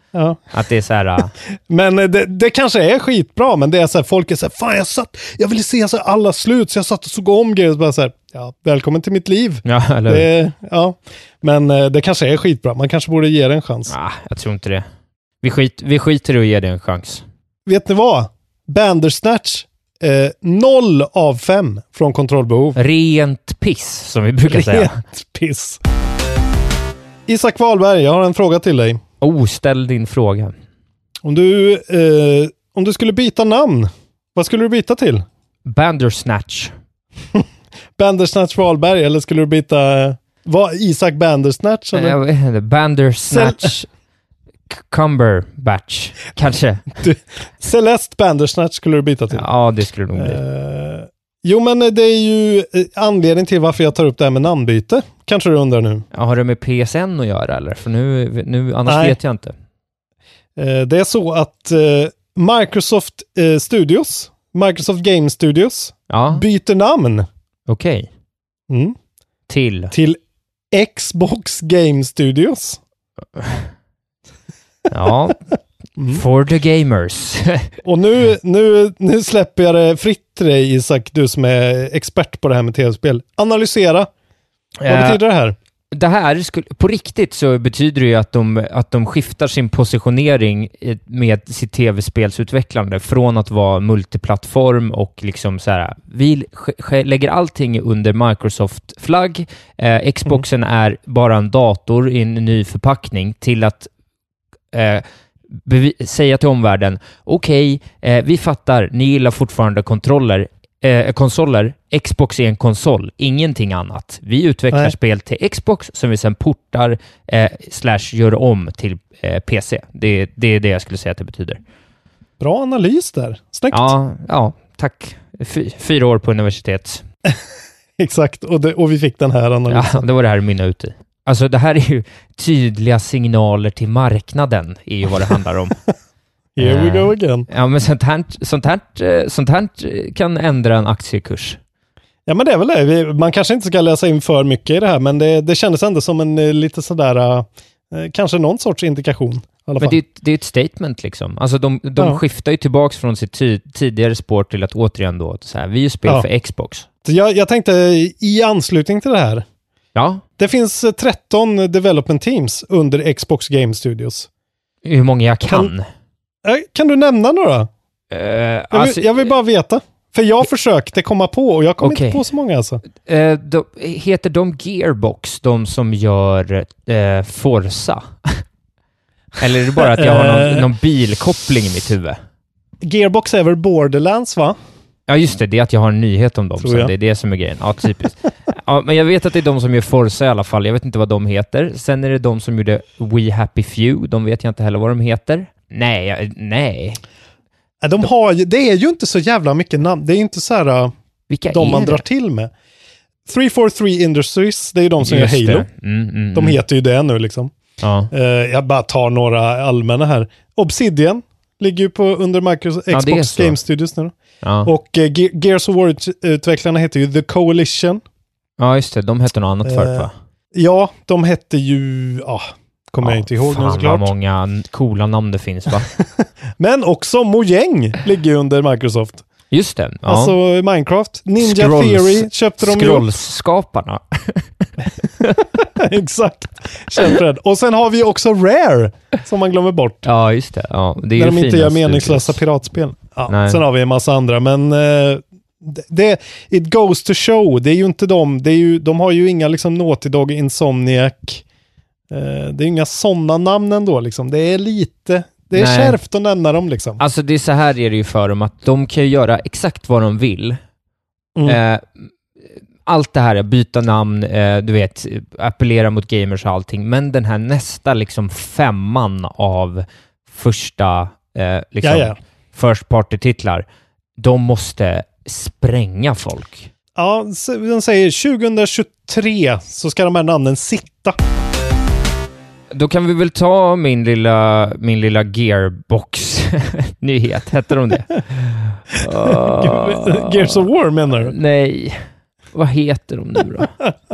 Ja. Att det är så här... Uh... men det, det kanske är skitbra, men det är så här, folk är så här, fan jag satt, jag ville se så här, alla slut, så jag satt och såg om grejer och bara så här, ja, välkommen till mitt liv. Ja, eller det, ja. Men det kanske är skitbra, man kanske borde ge det en chans. Ah, jag tror inte det. Vi, skit, vi skiter i att ge det en chans. Vet ni vad? Bandersnatch, eh, noll av fem från kontrollbehov. Rent piss, som vi brukar Rent säga. Rent piss. Isak Wahlberg, jag har en fråga till dig. Oh, ställ din fråga. Om du, eh, om du skulle byta namn, vad skulle du byta till? Bandersnatch. Bandersnatch Wahlberg, eller skulle du byta eh, vad, Isak Bandersnatch? Eller? Jag vet inte, Bandersnatch Cumberbatch, kanske. Du, Celeste Bandersnatch skulle du byta till. Ja, det skulle nog bli. Eh, jo, men det är ju anledningen till varför jag tar upp det här med namnbyte. Kanske du undrar nu. Ja, har det med P S N att göra, eller? För nu, nu annars Nej. vet jag inte. Eh, det är så att eh, Microsoft eh, Studios, Microsoft Game Studios, ja. byter namn. Okej. Okay. Mm. Till? Till Xbox Game Studios. Ja, mm. For the gamers. Och nu, nu, nu släpper jag det fritt till dig, Isak, du som är expert på det här med tv-spel. Analysera. Vad uh, betyder det här? Det här, skulle, på riktigt så betyder det ju att de, att de skiftar sin positionering med sitt tv-spelsutvecklande från att vara multiplattform och liksom så här, vi lägger allting under Microsoft-flagg. Eh, Xboxen mm. är bara en dator i en ny förpackning till att Eh, bevi- säga till omvärlden, okej, okay, eh, vi fattar, ni gillar fortfarande kontroller, eh, konsoler, Xbox är en konsol, ingenting annat. Vi utvecklar Nej. spel till Xbox som vi sen portar eh, slash gör om till eh, P C. Det, det är det jag skulle säga att det betyder. Bra analys där. Snyggt. Ja, ja tack. Fy, fyra år på universitet. Exakt, och, det, och vi fick den här analysen. Ja, det var det här minna ut i. Alltså det här är ju tydliga signaler till marknaden är ju vad det handlar om. Here we go again. Ja, men sånt här, sånt, här, sånt här kan ändra en aktiekurs. Ja, men det är väl det. Man kanske inte ska läsa in för mycket i det här, men det, det kändes ändå som en lite sådär, uh, kanske någon sorts indikation. I alla fall. Men det, det är ett statement liksom. Alltså de, de ja. skiftar ju tillbaks från sitt ty- tidigare spår till att återigen då, så här, vi är spel ja. för Xbox. Så jag, jag tänkte i anslutning till det här. Ja. Det finns tretton development teams under Xbox Game Studios. Hur många jag kan? Kan, kan du nämna några? Uh, jag, alltså, vill, jag vill bara veta. För jag försökte komma på och jag kom okay. inte på så många alltså. Uh, de, heter de Gearbox, de som gör uh, Forza? Eller är det bara att jag har någon, någon bilkoppling i mitt huvud? Gearbox är väl Borderlands, va? Ja, just det. Det är att jag har en nyhet om dem. Så det är det som är grejen. Ja, typiskt. Ja, men jag vet att det är de som gör Forza i alla fall. Jag vet inte vad de heter. Sen är det de som gjorde We Happy Few. De vet jag inte heller vad de heter. Nej, jag, nej. De har ju, det är ju inte så jävla mycket namn. Det är inte så här Vilka de man det? drar till med. tre fyrtiotre Industries, det är ju de som just gör Halo. Mm, mm, de heter ju det nu liksom. Ja. Uh, jag bara tar några allmänna här. Obsidian ligger ju på under Microsoft Xbox ja, Game Studios nu. Ja. Och uh, Ge- Gears of War-utvecklarna heter ju The Coalition. Ja, just det. De hette något annat uh, förut, va? Ja, de hette ju... Ah, kommer ja, jag inte ihåg nu såklart. Fan vad många coola namn det finns, va? Men också Mojang ligger ju under Microsoft. Just det. Ja. Alltså Minecraft. Ninja Scrolls, Theory köpte de ju. Scrolls-skaparna. Exakt. Köpte den. Och sen har vi också Rare som man glömmer bort. Ja, just det. Ja, det är där ju de inte gör meningslösa piratspel. Ja, sen har vi en massa andra, men eh, det, it goes to show. Det är ju inte de. Det är ju, de har ju inga liksom Naughty Dog, Insomniac. Eh, det är inga sådana namn ändå. Liksom. Det är lite... Det är Nej. kärvt att nämna dem liksom. Alltså det är så här är det ju för dem att de kan göra exakt vad de vill. Mm. Eh, allt det här, byta namn, eh, du vet, appellera mot gamers och allting. Men den här nästa liksom femman av första eh, liksom, ja, ja. first party-titlar, de måste spränga folk. Ja, den säger tjugohundratjugotre så ska de här namnen sitta. Då kan vi väl ta min lilla, min lilla Gearbox-nyhet. Hette de det? uh, Gears of War menar du? Nej. Vad heter de nu då?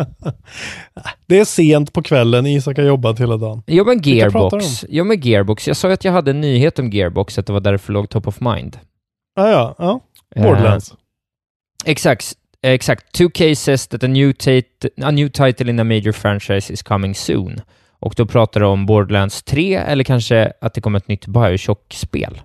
Det är sent på kvällen, Isak har jobbat hela dagen. Ja, men Gearbox. Ja, men Gearbox. Jag sa att jag hade en nyhet om Gearbox, att det var därför låg top of mind. Ah, ja, ja. Borderlands. Uh, exakt. Exakt. Two cases that a new, tit- a new title in a major franchise is coming soon. Och då pratar de om Borderlands tre eller kanske att det kommer ett nytt Bioshock-spel.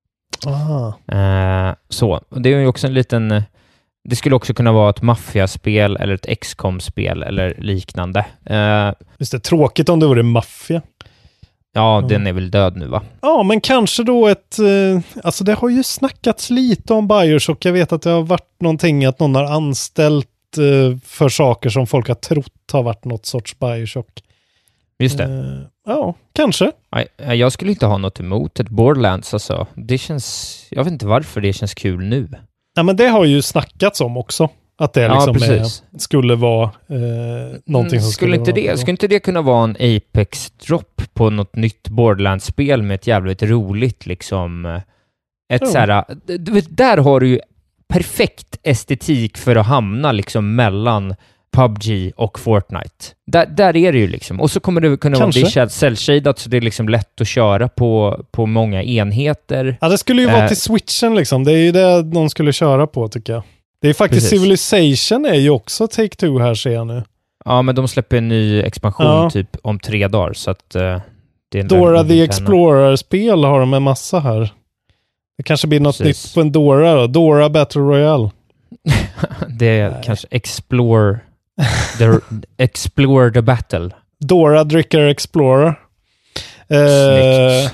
Ah. Uh, så. Det är ju också en liten... Det skulle också kunna vara ett maffiaspel eller ett X COM-spel eller liknande. Uh, Just det, tråkigt om det vore maffia. Ja, Mm. den är väl död nu, va? Ja, men kanske då ett... Eh, alltså det har ju snackats lite om Bioshock. Jag vet att det har varit någonting att någon har anställt eh, för saker som folk har trott har varit något sorts Bioshock. Just det. Eh, ja, kanske. Nej, jag skulle inte ha något emot ett Borderlands, alltså. Det känns... Jag vet inte varför det känns kul nu. Ja, men det har ju snackats om också. Att det Ja, liksom precis. är, skulle vara eh, någonting Mm, som skulle inte vara det, skulle inte det kunna vara en Apex-drop på något nytt Borderlands-spel med ett jävligt roligt liksom ett Jo. så här, du vet, där har du ju perfekt estetik för att hamna liksom mellan P U B G och Fortnite. Där, där är det ju liksom. Och så kommer det kunna Kanske. vara det cell-shaded så det är liksom lätt att köra på, på många enheter. Ja, det skulle ju vara Eh. till Switchen liksom. Det är ju det de skulle köra på, tycker jag. Det är faktiskt Precis. Civilization är ju också Take-Two här, ser jag nu. Ja, men de släpper en ny expansion Ja. typ om tre dagar, så att uh, det är en Dora väldigt the penna. Explorer-spel har de en massa här. Det kanske blir något Precis. nytt på en Dora då. Dora Battle Royale. Det är Nej. kanske Explore the, Explore the Battle. Dora Dricker Explorer. Eh, Snyggt.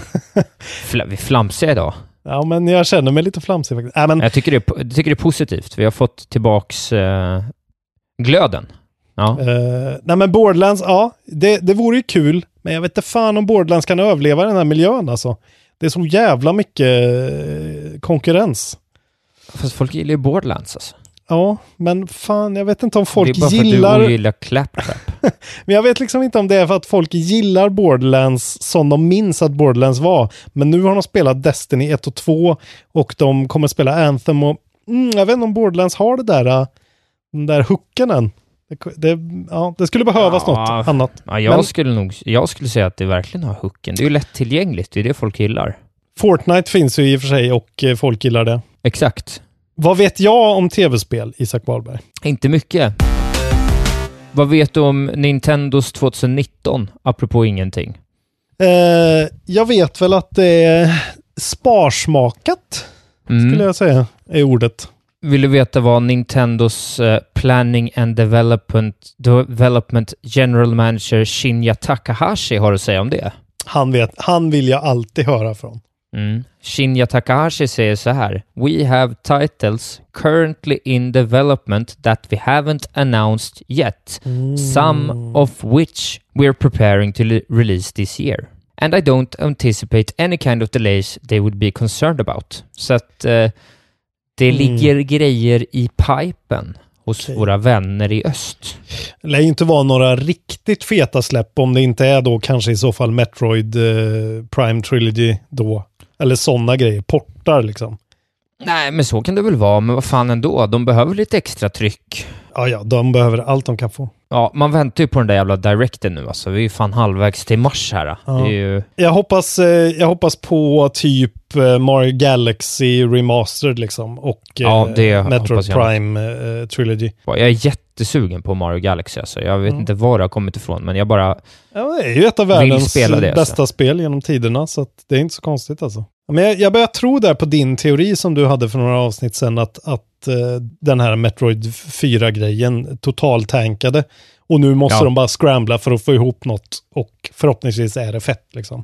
Fla, vi är flamsiga idag. ja, men jag känner mig lite flamsig faktiskt. Äh, men, Jag tycker det är, jag tycker det är positivt. Vi har fått tillbaks eh, glöden. Ja. eh, nej, men Borderlands, ja, det, det vore ju kul. Men jag vet inte fan om Borderlands kan överleva den här miljön alltså. Det är så jävla mycket eh, konkurrens. Fast folk gillar ju Borderlands alltså. Ja, men fan, jag vet inte om folk det är bara gillar... för att du gillar Claptrap. Men jag vet liksom inte om det är för att folk gillar Borderlands som de minns att Borderlands var. Men nu har de spelat Destiny ett och två och de kommer spela Anthem och mm, jag vet inte om Borderlands har det där äh, den där hooken än. Det, det, ja, det skulle behövas Ja, något annat. Ja, jag, Men skulle nog, jag skulle säga att det verkligen har hooken. Det är ju lättillgängligt, det är det folk gillar. Fortnite finns ju i och för sig och eh, folk gillar det. Exakt. Vad vet jag om tv-spel, Isak Wahlberg? Inte mycket. Vad vet du om Nintendos tjugonitton, apropå ingenting? Eh, jag vet väl att det är sparsmakat, Mm. skulle jag säga, är ordet. Vill du veta vad Nintendos uh, Planning and Development, Development General Manager Shinya Takahashi har att säga om det? Han, vet, han vill jag alltid höra från. Mm. Shinya Takahashi säger så här: We have titles currently in development that we haven't announced yet, Mm. some of which we're preparing to le- release this year. And I don't anticipate any kind of delays they would be concerned about. Så att uh, det Mm. ligger grejer i pipen hos Okej. våra vänner i öst. Det lär ju inte vara några riktigt feta släpp om det inte är då kanske i så fall Metroid eh, Prime Trilogy då. Eller sådana grejer, portar liksom. Nej, men så kan det väl vara, men vad fan ändå. De behöver lite extra tryck. Ja, ja, de behöver allt de kan få. Ja, man väntar ju på den där jävla directen nu alltså. Vi är ju fan halvvägs till mars här. Ja. Det är ju... Jag hoppas, eh, jag hoppas på typ eh, Mario Galaxy Remastered liksom. Och eh, Ja, det Metroid hoppas jag. Prime eh, Trilogy. Jag är jättesugen på Mario Galaxy alltså. Jag vet Mm. inte var det har kommit ifrån, men jag bara... Ja, det är ju ett av Vill världens spela det, bästa alltså. spel genom tiderna, så att det är inte så konstigt alltså. Men jag, jag börjar tro där på din teori som du hade för några avsnitt sedan, att, att eh, den här Metroid fyra-grejen totaltankade. Och nu måste Ja. de bara scrambla för att få ihop något, och förhoppningsvis är det fett liksom.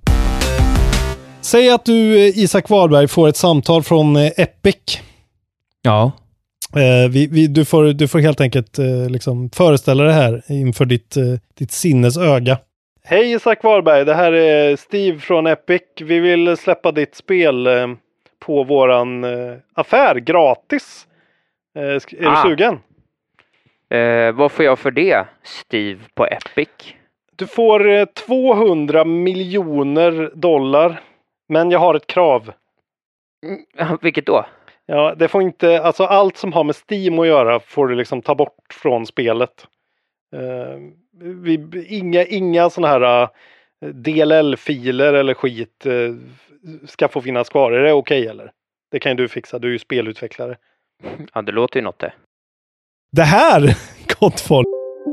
Säg att du, eh, Isak Wahlberg, får ett samtal från eh, Epic. Ja. Eh, vi, vi, du, får, du får helt enkelt eh, liksom föreställa det här inför ditt, eh, ditt sinnes öga. Hej Isak Wahlberg, det här är Steve från Epic. Vi vill släppa ditt spel eh, på våran eh, affär gratis. Eh, sk- är Ah. du sugen? Eh, vad får jag för det, Steve, på Epic? Du får eh, tvåhundra miljoner dollar, men jag har ett krav. Vilket då? Ja, det får inte, alltså allt som har med Steam att göra får du liksom ta bort från spelet. Uh, vi, inga inga sådana här uh, D L L-filer eller skit uh, ska få finnas kvar. Är det okej okay, eller? Det kan ju du fixa, du är ju spelutvecklare. Ja, det låter ju något det. Det här, gott folk.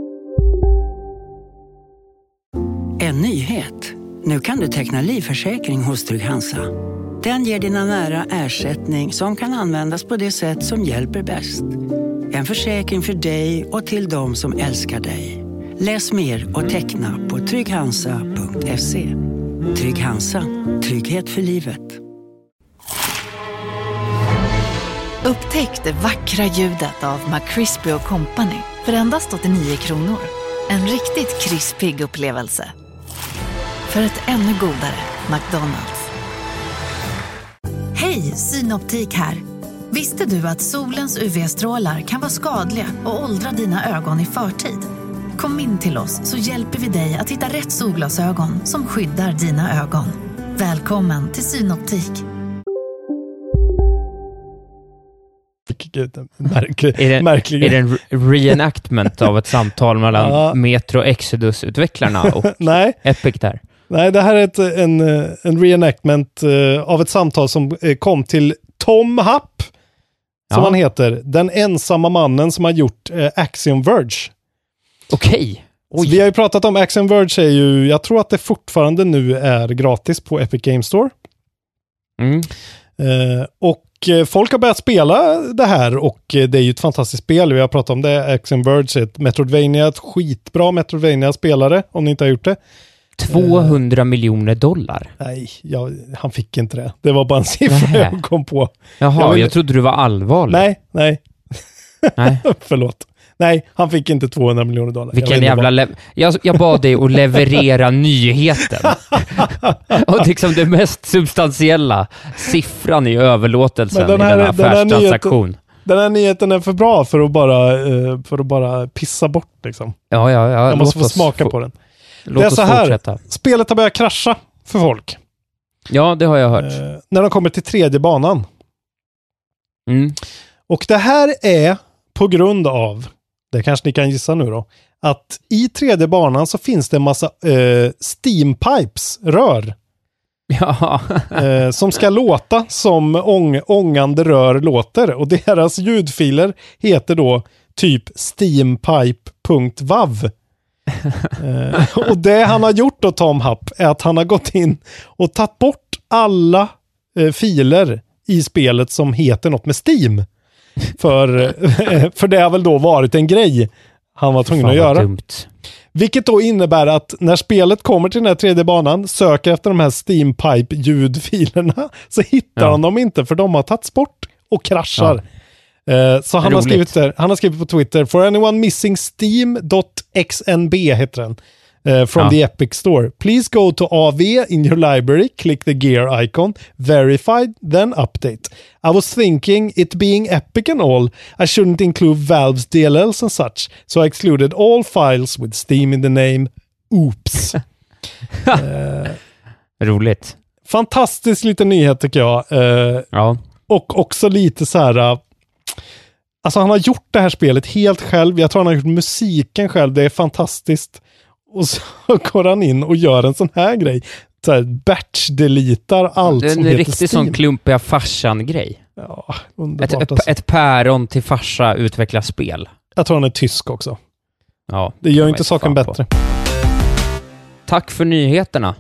En nyhet. Nu kan du teckna livförsäkring hos Trygg-Hansa. Den ger dina nära ersättning som kan användas på det sätt som hjälper bäst. En försäkring för dig och till de som älskar dig. Läs mer och teckna på trygghansa punkt se. Trygg-Hansa. Trygghet för livet. Upptäck det vackra ljudet av McCrispy och Company för endast åttionio kronor. En riktigt krispig upplevelse. För ett ännu godare McDonald's. Hej, Synoptik här. Visste du att solens U V-strålar kan vara skadliga och åldra dina ögon i förtid? Kom in till oss så hjälper vi dig att hitta rätt solglasögon som skyddar dina ögon. Välkommen till Synoptik. Märklig, är, det, märklig. är det en reenactment av ett samtal mellan ja. Metro Exodus-utvecklarna och Nej. Epic där? Nej, det här är ett, en, en reenactment uh, av ett samtal som uh, kom till Tom Happ, som ja. han heter. Den ensamma mannen som har gjort uh, Axiom Verge. Okej. Okay. Vi har ju pratat om Axiom Verge är ju, jag tror att det fortfarande nu är gratis på Epic Games Store. Mm. Uh, och folk har börjat spela det här och det är ju ett fantastiskt spel. Vi har pratat om det. Axiom Verge är ett Metroidvania, ett skitbra Metroidvania-spelare om ni inte har gjort det. tvåhundra uh, miljoner dollar? Nej, jag, han fick inte det. Det var bara en siffra Nä. jag kom på. Jaha, jag, vill... jag trodde du var allvarlig. Nej, nej. nej. Förlåt. Nej, han fick inte tvåhundra miljoner dollar. Vilken jag jävla... Le- jag, jag bad dig att leverera nyheten. Och liksom det mest substantiella siffran i överlåtelsen den här, i den här affärstransaktion. Den, den här nyheten är för bra för att bara, för att bara pissa bort liksom. Ja, ja, ja. Jag måste få smaka få, på den. Låt det är oss så här, fortsätta. Spelet har börjat krascha för folk. Ja, det har jag hört. Eh, när de kommer till tredje banan. Mm. Och det här är på grund av, det kanske ni kan gissa nu då, att i tredje banan så finns det en massa eh, steampipes, rör. Ja. eh, som ska låta som ång, ångande rör låter. Och deras ljudfiler heter då typ steampipe punkt wav. eh, och det han har gjort då, Tom Happ, är att han har gått in och tagit bort alla eh, filer i spelet som heter något med Steam. För, eh, för det har väl då varit en grej han var tvungen att göra. Dumt. Vilket då innebär att när spelet kommer till den här tredje banan, söker efter de här Steampipe-ljudfilerna, så hittar ja. han dem inte för de har tagits bort och kraschar. Ja. Uh, så han har, skrivit där, han har skrivit på Twitter: For anyone missing steam dot x n b heter den. Uh, from ja. the Epic Store. Please go to A V in your library, click the gear icon, verified, then update. I was thinking, it being Epic and all, I shouldn't include Valve's D L Ls and such, so I excluded all files with Steam in the name. Oops. uh, Roligt. Fantastisk liten nyhet tycker jag. Uh, ja. Och också lite så här... Uh, alltså han har gjort det här spelet helt själv. Jag tror han har gjort musiken själv. Det är fantastiskt. Och så går han in och gör en sån här grej. Så här, batch-deletar allt det är som en heter riktig Steam. sån klumpiga farsan-grej. Ja, underbart. Ett, ett, alltså. ett päron till farsa utvecklar spel. Jag tror han är tysk också. Ja, det gör inte saken bättre. På. Tack för nyheterna.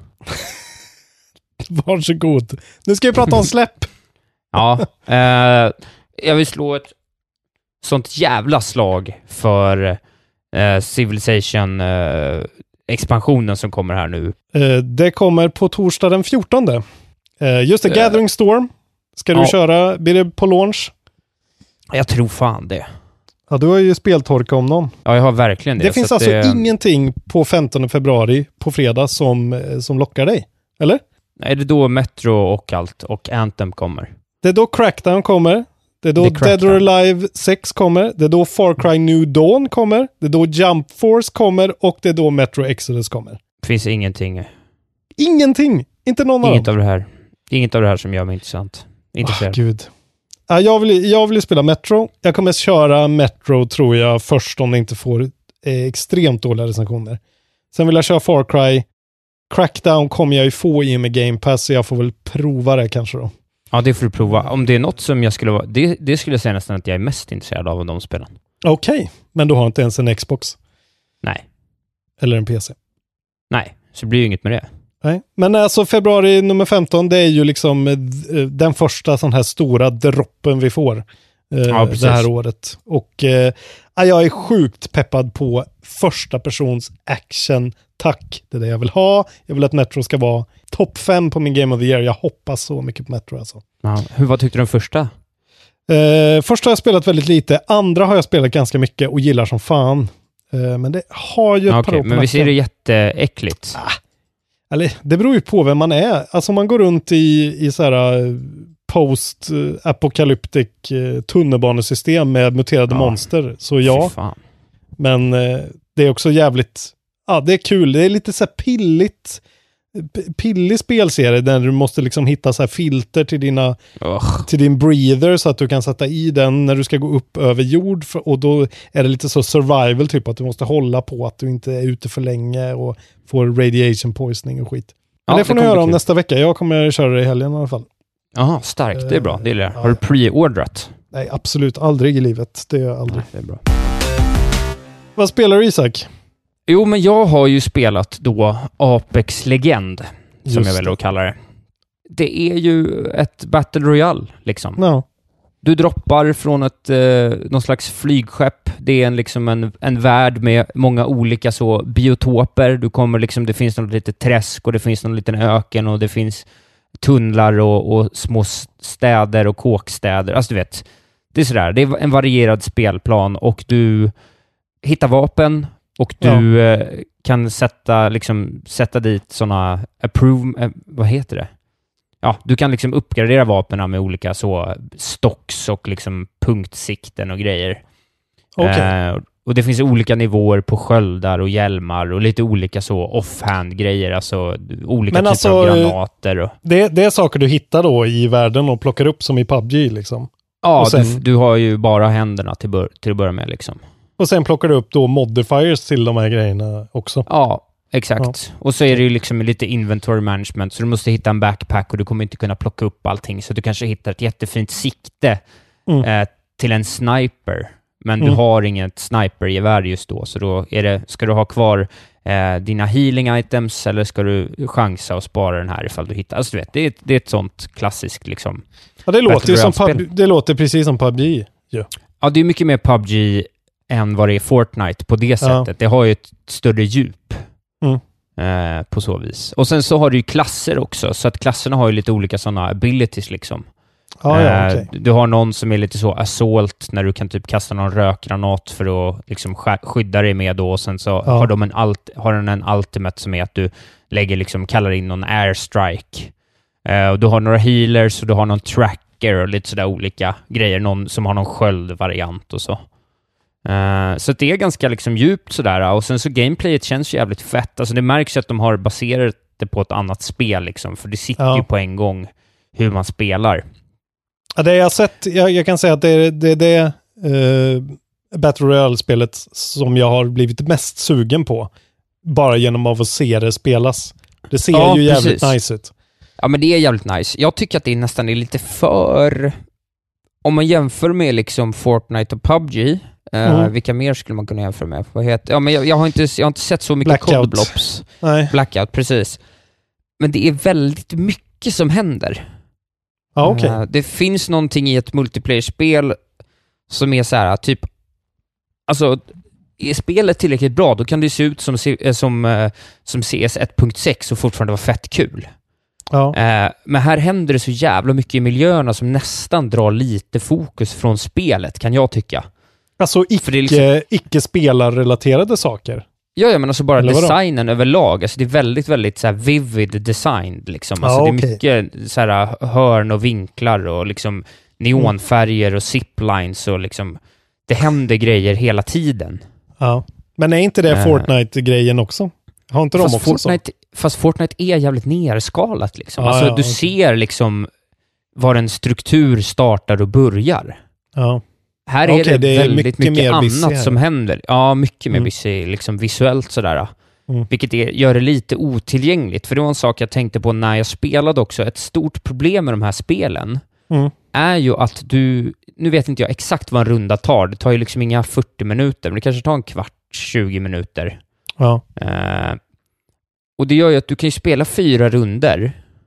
Varsågod. Nu ska vi prata om släpp. Ja, eh, jag vill slå ett sånt jävla slag för eh, Civilization eh, expansionen som kommer här nu. Eh, det kommer på torsdag den fjortonde. Eh, just det, eh, Gathering Storm. Ska du ja. köra? Blir det på launch? Jag tror fan det. Ja, du har ju speltorka om någon. Ja, jag har verkligen det. Det finns alltså det... ingenting på femtonde februari på fredag som, som lockar dig, eller? Är det då Metro och allt och Anthem kommer? Det är då Crackdown kommer. Det är då det är Dead or Alive sex kommer. Det är då Far Cry New Dawn kommer. Det är då Jump Force kommer. Och det är då Metro Exodus kommer. Finns ingenting. Ingenting! Inte någon Inget av dem. Av det här. Inget av det här som gör mig intressant. Intresserad. Oh, gud. Ja, jag, vill, jag vill spela Metro. Jag kommer köra Metro tror jag först om det inte får eh, extremt dåliga recensioner. Sen vill jag köra Far Cry. Crackdown kommer jag ju få i med Game Pass, så jag får väl prova det kanske då. Ja, det får du prova. Om det är något som jag skulle vara... Det, det skulle jag säga nästan att jag är mest intresserad av de spelen. Okej, okay. Men du har inte ens en Xbox? Nej. Eller en P C? Nej, så det blir ju inget med det. Nej, men alltså februari nummer femton, det är ju liksom den första sån här stora droppen vi får eh, ja, det här året. Och eh, jag är sjukt peppad på första persons action. Tack, det är det jag vill ha. Jag vill att Metro ska vara topp fem på min Game of the Year. Jag hoppas så mycket på Metro alltså. Ja, hur, vad tyckte du om första? Eh, första har jag spelat väldigt lite. Andra har jag spelat ganska mycket och gillar som fan. Eh, men det har ju ett ja, par år på men vi ser det jätteäckligt. Ah. Eller, det beror ju på vem man är. Alltså om man går runt i, i så här post-apocalyptic tunnelbanesystem med muterade ja. monster, så ja. Men eh, det är också jävligt, ja det är kul. Det är lite så här pilligt, pillig spelserie där du måste liksom hitta så här filter till dina oh. till din breather så att du kan sätta i den när du ska gå upp över jord, för, och då är det lite så survival typ att du måste hålla på att du inte är ute för länge och får radiation poisoning och skit. Men ja, det får ni höra om nästa vecka. Jag kommer köra det i helgen i alla fall. Jaha, starkt. Det är bra. Det är det. Har du pre-ordrat? Nej, absolut. Aldrig i livet. Det är jag aldrig. Nej, det är bra. Vad spelar du, Isak? Jo, men jag har ju spelat då Apex Legend, som Just jag väljer att kalla det. Det är ju ett Battle Royale, liksom. Ja. Du droppar från ett eh, någon slags flygskepp. Det är en, liksom en, en värld med många olika så biotoper. Du kommer liksom, det finns något litet träsk och det finns någon liten öken och det finns tunnlar och, och små städer och kåkstäder. Alltså du vet, det är sådär. Det är en varierad spelplan och du hittar vapen och du ja. eh, kan sätta, liksom, sätta dit sådana approve, eh, vad heter det? Ja, du kan liksom uppgradera vapnen med olika så stocks och liksom punktsikten och grejer. Okay. Eh, och det finns olika nivåer på sköldar och hjälmar och lite olika så offhand grejer, alltså olika Men typer alltså, av granater. Och... Det, det är saker du hittar då i världen och plockar upp som i P U B G liksom? Ja, sen, du, du har ju bara händerna till, bör, till att börja med liksom. Och sen plockar du upp då modifiers till de här grejerna också? Ja, exakt. Ja. Och så är det ju liksom lite inventory management, så du måste hitta en backpack och du kommer inte kunna plocka upp allting, så du kanske hittar ett jättefint sikte mm. eh, till en sniper, men mm. du har inget snipergevär just då, så då är det, ska du ha kvar eh, dina healing items eller ska du chansa och spara den här ifall du hittar, alltså du vet, det är, det är ett sånt klassiskt liksom. Ja, det låter ju som P U B G, det låter precis som P U B G. Ja. Ja, det är mycket mer P U B G än vad det är Fortnite på det sättet. Ja. Det har ju ett större djup. Mm. Eh, på så vis. Och sen så har du ju klasser också, så att klasserna har ju lite olika sådana abilities liksom. Ah, ja, okay. eh, du har någon som är lite så assault, när du kan typ kasta någon rökgranat för att liksom skydda dig med då, och sen så ja. har de en alt, har den en ultimate som är att du lägger liksom, kallar in någon airstrike. Eh, och du har några healers och du har någon tracker och lite sådär olika grejer, någon som har någon sköldvariant och så. Uh, så det är ganska liksom djupt sådär, och sen så gameplayet känns ju jävligt fett, alltså det märks att de har baserat det på ett annat spel liksom, för det sitter ja. ju på en gång hur man spelar. Ja, det jag har sett, jag, jag kan säga att det är det, det uh, Battle Royale-spelet som jag har blivit mest sugen på, bara genom av att se det spelas. Det ser ja, ju jävligt precis. nice ut. Ja, men det är jävligt nice. Jag tycker att det nästan är lite för, om man jämför med liksom Fortnite och P U B G. Mm. Uh, vilka mer skulle man kunna jämföra med? Vad heter? Ja, men jag, jag, har inte, jag har inte sett så mycket Codeblops. Nej. Blackout, precis. Men det är väldigt mycket som händer. Ah, okay. uh, det finns någonting i ett multiplayer-spel som är så här, typ, alltså, är spelet tillräckligt bra, då kan det se ut som, som, uh, som C S ett punkt sex och fortfarande vara fett kul. Ja. Uh, men här händer det så jävla mycket i miljöerna som nästan drar lite fokus från spelet, kan jag tycka. Alltså icke, liksom... icke-spelarrelaterade saker? Ja, ja, men alltså bara designen överlag. Alltså det är väldigt, väldigt så här vivid design liksom. Alltså ja, det är okay. mycket så här hörn och vinklar och liksom neonfärger och ziplines och liksom det händer grejer hela tiden. Ja. Men är inte det uh, Fortnite-grejen också? Har inte de också Fortnite, så? Fast Fortnite är jävligt nerskalat liksom. Ja, alltså ja, du okay. ser liksom var en struktur startar och börjar. Ja. Här är okay, det, det är väldigt mycket, mycket mer annat som händer. Ja, mycket mer mm. busy, liksom visuellt sådär. Mm. Vilket är, gör det lite otillgängligt. För det var en sak jag tänkte på när jag spelade också. Ett stort problem med de här spelen mm. är ju att du, nu vet inte jag exakt vad en runda tar. Det tar ju liksom inga fyrtio minuter, men det kanske tar en kvart, tjugo minuter. Ja. Uh, och det gör ju att du kan ju spela fyra runder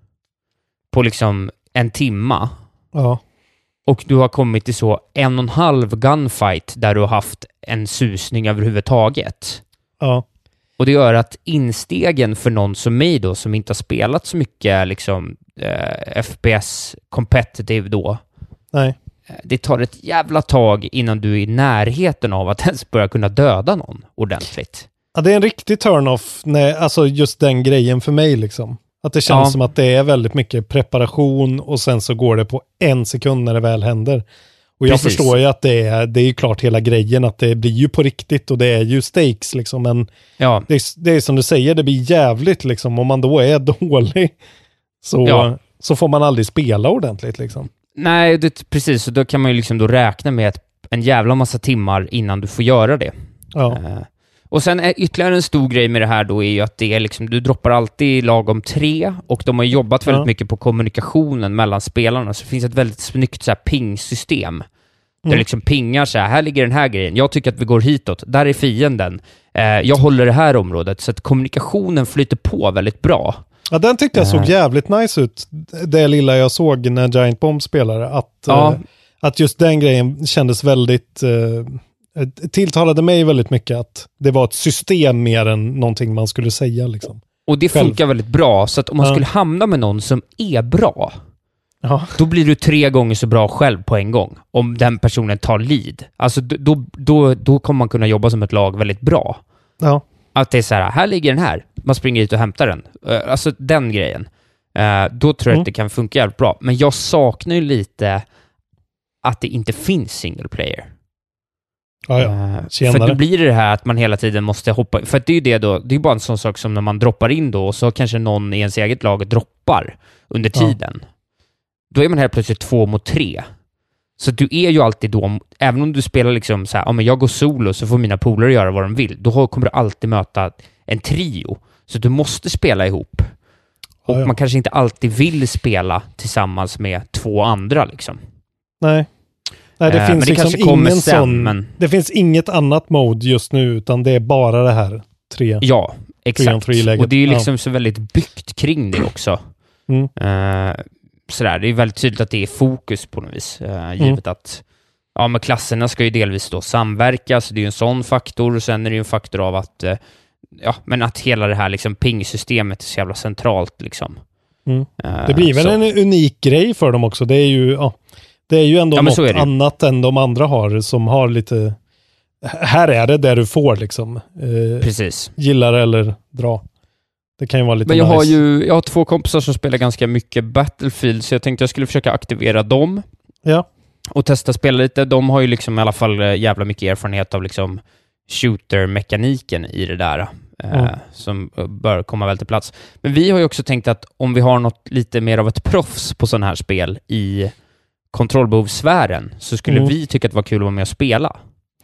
på liksom en timma. Ja. Och du har kommit till så en och en halv gunfight där du har haft en susning överhuvudtaget. Ja. Och det gör att instegen för någon som mig då, som inte har spelat så mycket liksom eh, F P S competitive då. Nej. Det tar ett jävla tag innan du är i närheten av att ens börja kunna döda någon ordentligt. Ja, det är en riktig turn-off, nej, alltså just den grejen för mig liksom. Att det känns ja. som att det är väldigt mycket preparation och sen så går det på en sekund när det väl händer. Och jag Precis. förstår ju att det är, det är ju klart hela grejen att det blir ju på riktigt och det är ju stakes liksom, men ja. det, är, det är som du säger, det blir jävligt liksom, om man då är dålig så, ja. så får man aldrig spela ordentligt liksom. Nej, det, precis, så då kan man ju liksom då räkna med ett, en jävla massa timmar innan du får göra det. Ja. Uh, och sen är ytterligare en stor grej med det här då är ju att det är liksom, du droppar alltid lagom tre och de har jobbat väldigt ja. mycket på kommunikationen mellan spelarna, så det finns ett väldigt snyggt så här ping-system. Mm. Där det liksom pingar så här, här ligger den här grejen, jag tycker att vi går hitåt, där är fienden, uh, jag håller det här området, så att kommunikationen flyter på väldigt bra. Ja, den tyckte jag såg jävligt nice ut. Det lilla jag såg när Giant Bomb spelade. Att, ja. uh, att just den grejen kändes väldigt... Uh, tilltalade mig väldigt mycket att det var ett system mer än någonting man skulle säga. Liksom. Och det Själv. funkar väldigt bra. Så att om man ja. skulle hamna med någon som är bra, ja. då blir du tre gånger så bra själv på en gång. Om den personen tar lead. Alltså då, då, då kommer man kunna jobba som ett lag väldigt bra. Ja. Att det är så här, här ligger den här. Man springer ut och hämtar den. Alltså den grejen. Uh, då tror jag mm. att det kan funka jävligt bra. Men jag saknar ju lite att det inte finns single player. Ja, ja. Uh, för då blir det här att man hela tiden måste hoppa. För att det är ju det då, det är bara en sån sak som när man droppar in då och så kanske någon i ens eget lag droppar under tiden. Ja. Då är man helt plötsligt två mot tre. Så du är ju alltid då, även om du spelar liksom så här, ja men jag går solo så får mina polare göra vad de vill. Då kommer du alltid möta en trio. Så du måste spela ihop. Och ja, ja. man kanske inte alltid vill spela tillsammans med två andra liksom. Nej. Nej, det uh, finns det liksom ingen sen, sån... Men... Det finns inget annat mode just nu, utan det är bara det här tre. Ja, exakt. Tre och det är ju liksom ja. så väldigt byggt kring det också. Mm. Uh, sådär, det är väldigt tydligt att det är fokus på något vis. Uh, givet mm. att ja, men klasserna ska ju delvis då samverka, så det är ju en sån faktor. Och sen är det ju en faktor av att uh, ja, men att hela det här liksom ping-systemet är så jävla centralt liksom. Mm. Uh, det blir väl så. En unik grej för dem också. Det är ju, ja, det är ju ändå ja, något annat än de andra har, som har lite... Här är det där du får liksom. Uh, Precis. Gillar eller dra. Det kan ju vara lite Men jag nice. har ju jag har två kompisar som spelar ganska mycket Battlefield, så jag tänkte jag skulle försöka aktivera dem. Ja. Och testa spela lite. De har ju liksom i alla fall jävla mycket erfarenhet av liksom shooter-mekaniken i det där. Mm. Eh, som bör komma väl till plats. Men vi har ju också tänkt att om vi har något lite mer av ett proffs på sådana här spel i kontrollbehovssfären, så skulle mm. vi tycka att det var kul att vara med och spela.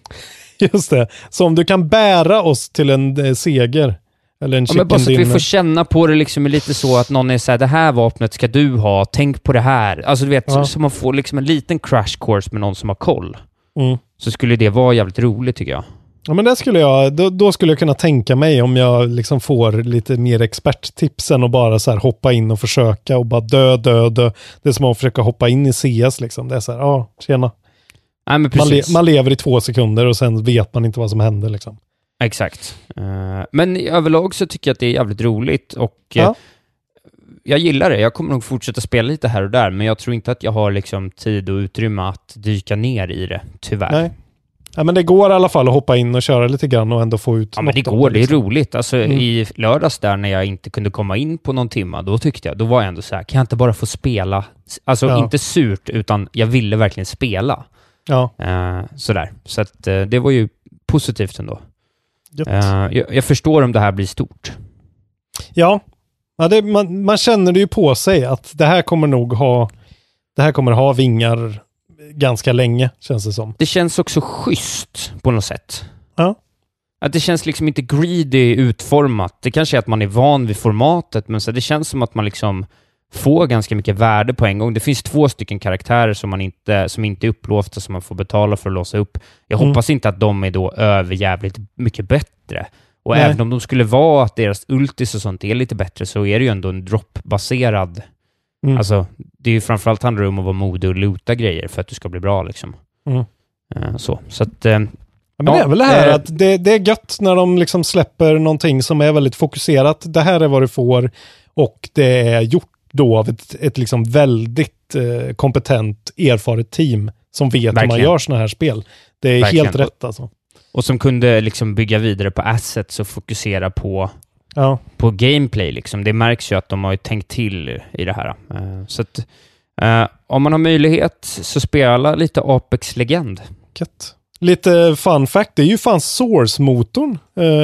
Just det. Så om du kan bära oss till en eh, seger. Eller en ja, men bara så att vi får känna på det liksom lite så att någon är så här, det här vapnet ska du ha, tänk på det här. Alltså du vet, ja. så, så man får liksom en liten crash course med någon som har koll. Mm. Så skulle det vara jävligt roligt tycker jag. Ja, men det skulle jag, då, då skulle jag kunna tänka mig om jag liksom får lite mer experttips än att bara så här hoppa in och försöka och bara dö, dö, dö. Det är som att försöka hoppa in i C S liksom. Det är så här, ja, tjena. Nej, men man, le, man lever i två sekunder och sen vet man inte vad som händer liksom. Exakt. Uh, men överlag så tycker jag att det är jävligt roligt och ja. uh, jag gillar det. Jag kommer nog fortsätta spela lite här och där, men jag tror inte att jag har liksom tid och utrymme att dyka ner i det, tyvärr. Nej. Ja, men det går i alla fall att hoppa in och köra lite grann och ändå få ut ja, men det går. Det är roligt. Alltså mm. i lördags där när jag inte kunde komma in på någon timma, då tyckte jag, då var jag ändå så här, kan jag inte bara få spela? Alltså ja. inte surt, utan jag ville verkligen spela. Ja. Uh, sådär. Så att uh, det var ju positivt ändå. Uh, jag, jag förstår om det här blir stort. Ja, ja det, man, man känner det ju på sig att det här kommer nog ha det här kommer ha vingar ganska länge, känns det som. Det känns också schysst på något sätt. Ja. Att det känns liksom inte greedy utformat. Det kanske är att man är van vid formatet, men så det känns som att man liksom får ganska mycket värde på en gång. Det finns två stycken karaktärer som man inte som inte är upplåsta, som man får betala för att låsa upp. Jag mm. hoppas inte att de är då överjävligt mycket bättre. Och Nej. även om de skulle vara att deras ultis och sånt är lite bättre, så är det ju ändå en droppbaserad. Mm. Alltså, det är ju framförallt handlar om att vara modig och luta grejer för att du ska bli bra liksom. Mm. Uh, så. Så att... Uh, Ja, men ja, det är väl det här äh, att det, det är gött när de liksom släpper någonting som är väldigt fokuserat. Det här är vad du får, och det är gjort då av ett, ett liksom väldigt eh, kompetent, erfaret team som vet Verkligen. hur man gör såna här spel. Det är Verkligen. helt rätt alltså. Och som kunde liksom bygga vidare på assets och fokusera på, ja. på gameplay. Liksom. Det märks ju att de har ju tänkt till i det här. Uh, så att, uh, om man har möjlighet så spela lite Apex Legend. Gött. Lite fun fact, det är ju fan Source-motorn,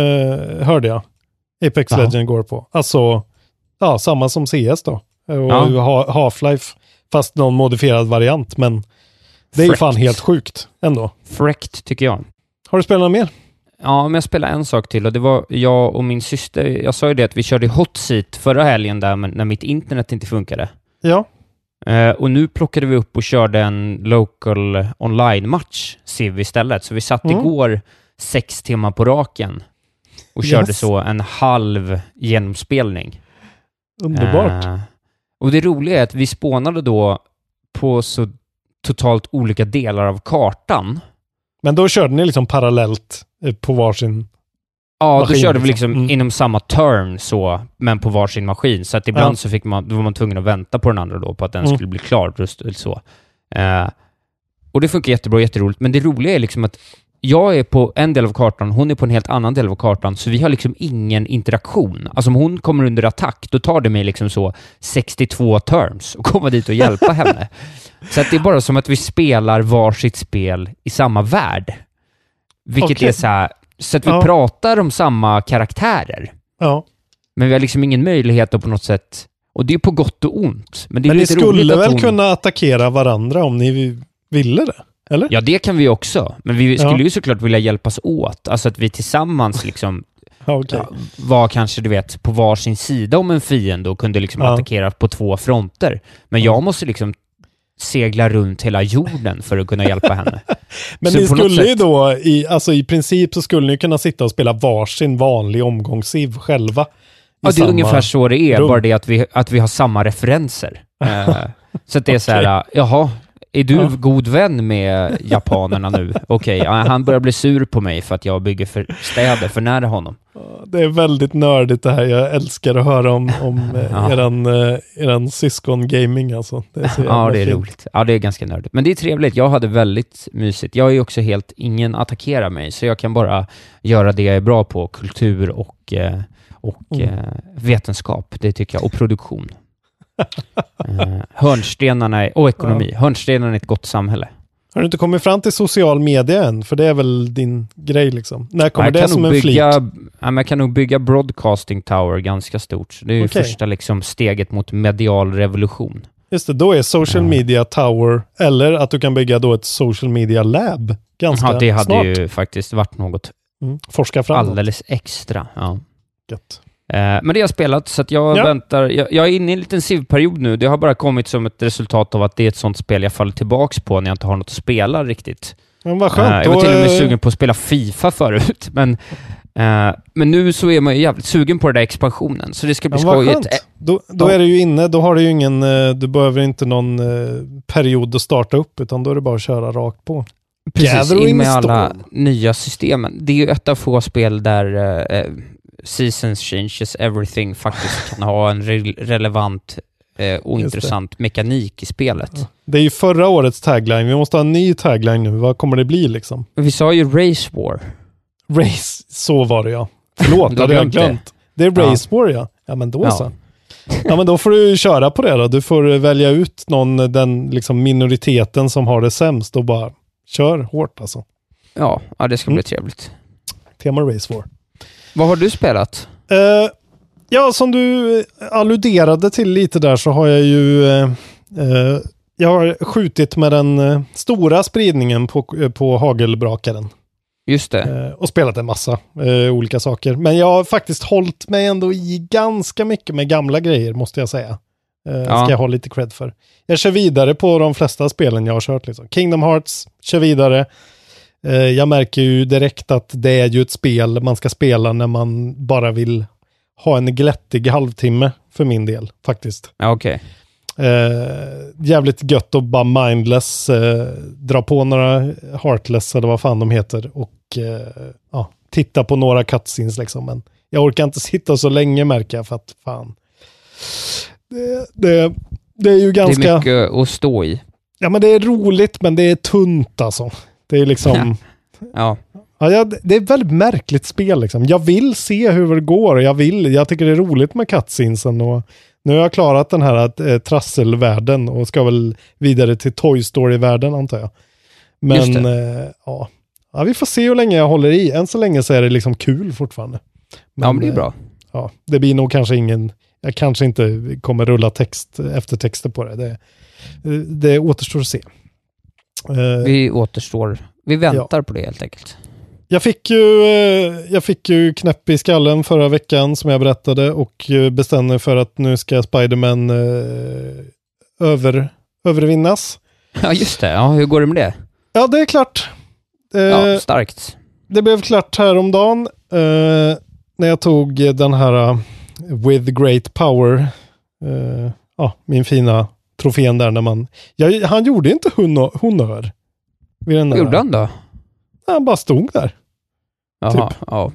eh, hörde jag. Apex Aha. Legend går på. Alltså, ja, samma som C S då. Och ja. Half-Life, fast någon modifierad variant, men det är ju fan helt sjukt ändå. Fräckt, tycker jag. Har du spelat något mer? Ja, men jag spelade en sak till, och det var jag och min syster. Jag sa ju det att vi körde hot seat förra helgen där, men när mitt internet inte funkade. Ja. Uh, och nu plockade vi upp och körde en local online-match Civ istället. Så vi satt mm. igår sex timmar på raken och yes. körde så en halv genomspelning. Underbart. Uh, och det roliga är att vi spånade då på så totalt olika delar av kartan. Men då körde ni liksom parallellt på varsin Ja, maskin, då körde vi liksom mm. inom samma turn så, men på varsin maskin. Så att ibland ja. så fick man, då var man tvungen att vänta på den andra då, på att den mm. skulle bli klar just eller så. Uh, och det funkar jättebra, jätteroligt. Men det roliga är liksom att jag är på en del av kartan, hon är på en helt annan del av kartan, så vi har liksom ingen interaktion. Alltså om hon kommer under attack, då tar det mig liksom så sextiotvå turns och komma dit och hjälpa henne. Så att det är bara som att vi spelar varsitt spel i samma värld. Vilket okay. är så här, så att vi ja. pratar om samma karaktärer. Ja. Men vi har liksom ingen möjlighet att på något sätt, och det är på gott och ont. Men, det är men lite ni skulle väl hon... kunna attackera varandra om ni ville det? Eller? Ja, det kan vi också. Men vi skulle ja. ju såklart vilja hjälpas åt. Alltså att vi tillsammans liksom okay. ja, var kanske, du vet, på varsin sida om en fiende och kunde liksom ja. attackera på två fronter. Men jag måste liksom segla runt hela jorden för att kunna hjälpa henne. Men så ni skulle sätt... ju då, i, alltså i princip så skulle ni kunna sitta och spela varsin vanlig omgång Civ själva. Ja, det är ungefär så det är. Rum. Bara det att vi, att vi har samma referenser. uh, så att det är okay. så här, jaha, är du ja. god vän med japanerna nu? Okej, okay, han börjar bli sur på mig för att jag bygger för städer för nära honom. Det är väldigt nördigt det här. Jag älskar att höra om, om ja. eran, eran syskon-gaming. Alltså. Det är så ja, det är fint. roligt. Ja, det är ganska nördigt. Men det är trevligt. Jag hade väldigt mysigt. Jag är ju också helt, ingen attackerar mig, så jag kan bara göra det jag är bra på. Kultur och, och mm. vetenskap, det tycker jag. Och produktion. uh, hörnstenarna är, och ekonomi. Ja. Hörnstenarna är ett gott samhälle. Har du inte kommit fram till social media än? För det är väl din grej liksom. När kommer det som en bygga, flik? Ja, jag kan nog bygga Broadcasting Tower ganska stort. Det är ju okay. första liksom steget mot medial revolution. Just det, då är social uh. media tower, eller att du kan bygga då ett social media lab ganska snart. Ja, det hade snart. ju faktiskt varit något mm. Forska framåt. Alldeles extra. Ja. Gött. Men det har jag spelat, så att jag ja. väntar. Jag, jag är inne i en liten Civ-period nu. Det har bara kommit som ett resultat av att det är ett sånt spel jag faller tillbaks på när jag inte har något att spela riktigt. Men vad skönt. Uh, jag var till och med sugen på att spela FIFA förut. Men, uh, men nu så är man ju jävligt sugen på den där expansionen. Så det ska bli skojigt. Då, då är du ju inne. Då har du ju ingen... Du behöver inte någon uh, period att starta upp, utan då är det bara att köra rakt på. Precis, in med alla nya systemen. Det är ju ett av få spel där... Uh, Seasons changes everything faktiskt kan ha en re- relevant eh, och intressant mekanik i spelet. Ja. Det är ju förra årets tagline. Vi måste ha en ny tagline nu. Vad kommer det bli liksom? Vi sa ju Race War. Race, så var det ja. Förlåt, hade jag glömt. Det är Race ja. War ja. Ja, men då ja. så. Ja, men då får du köra på det då. Du får välja ut någon, den liksom minoriteten som har det sämst och bara kör hårt alltså. Ja, ja det ska bli mm. trevligt. Tema Race War. Vad har du spelat? Uh, ja, som du alluderade till lite där så har jag ju uh, uh, jag har skjutit med den uh, stora spridningen på, uh, på hagelbrakaren. Just det. Uh, och spelat en massa uh, olika saker. Men jag har faktiskt hållit mig ändå i ganska mycket med gamla grejer, måste jag säga. Uh, ja. Ska jag ha lite cred för. Jag kör vidare på de flesta spelen jag har kört. Liksom. Kingdom Hearts, kör vidare. Uh, jag märker ju direkt att det är ju ett spel man ska spela när man bara vill ha en glättig halvtimme för min del, faktiskt. Ja, okej. Okay. Uh, jävligt gött och bara mindless uh, dra på några Heartless eller vad fan de heter och uh, uh, titta på några cutscenes liksom, men jag orkar inte sitta så länge, märker jag, för att fan det, det, det är ju ganska, det är mycket att stå i. Ja, men det är roligt, men det är tunt alltså. Det är liksom ja. Ja, jag, det är ett väldigt märkligt spel liksom. Jag vill se hur det går, jag vill, jag tycker det är roligt med cutscenesen, och nu har jag klarat den här äh, trasselvärlden och ska väl vidare till Toy Story-världen, antar jag. Men äh, ja. ja, vi får se hur länge jag håller i. Än så länge så är det liksom kul fortfarande. Men, ja, men det är bra. Äh, ja, det blir nog kanske ingen, jag kanske inte kommer rulla text efter texter på det. Det, det återstår att se. Uh, vi återstår, vi väntar ja. på det helt enkelt. Jag fick ju jag fick ju knäpp i skallen förra veckan, som jag berättade, och bestämde för att nu ska Spider-Man eh, över, övervinnas. Ja, just det. Ja, hur går det med det? Ja, det är klart. Eh, ja, starkt. Det blev klart häromdagen eh, när jag tog den här uh, With Great Power, eh, ja, min fina trofén där när man... Jag, han gjorde inte honor. honor vid den där. Gjorde han då? Han bara stod där. Jaha, typ. ja.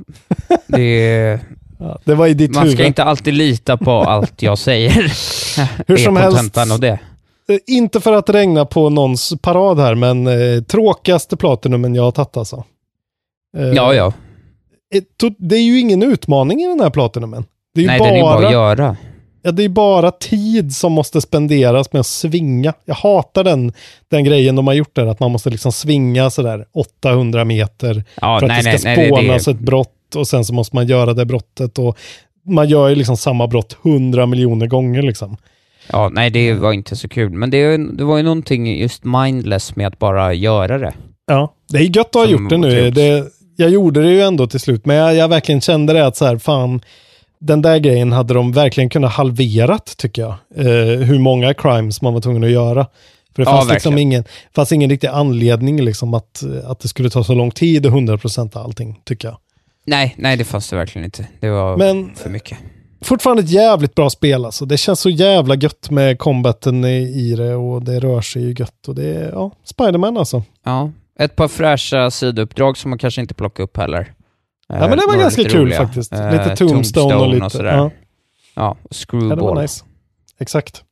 Det, ja, det var i ditt man huvud. ska inte alltid lita på allt jag säger. Hur som helst. Och det. Inte för att regna på någons parad här, men eh, tråkigaste platinumen jag har tagit alltså. Eh, ja, ja. Ett, det är ju ingen utmaning i den här platinumen. Det är ju Nej, bara, det är ju bara att göra. Ja, det är bara tid som måste spenderas med att svinga. Jag hatar den, den grejen de har gjort där, att man måste liksom svinga sådär åttahundra meter ja, för nej, att det ska nej, spånas nej, det... ett brott, och sen så måste man göra det brottet, och man gör ju liksom samma brott hundra miljoner gånger liksom. Ja, nej, det var inte så kul. Men det, det var ju någonting just mindless med att bara göra det. Ja, det är gött att ha gjort det nu. Det, jag gjorde det ju ändå till slut, men jag, jag verkligen kände det att så här, fan, den där grejen hade de verkligen kunnat halverat, tycker jag. Eh, hur många crimes man var tvungen att göra. För det fanns ja, liksom ingen, fanns ingen riktig anledning liksom att, att det skulle ta så lång tid och hundra procent allting, tycker jag. Nej, nej, det fanns det verkligen inte. Det var Men för mycket. Fortfarande ett jävligt bra spel alltså. Det känns så jävla gött med combaten i, i det, och det rör sig ju gött, och det är, ja, Spider-Man alltså. Ja, ett par fräscha sidouppdrag som man kanske inte plockar upp heller. Ja, men det var Några ganska kul roliga. faktiskt. Uh, lite Tombstone, Tombstone och lite och sådär. Ja, ja, Screwball. Ja, det var nice. Exakt.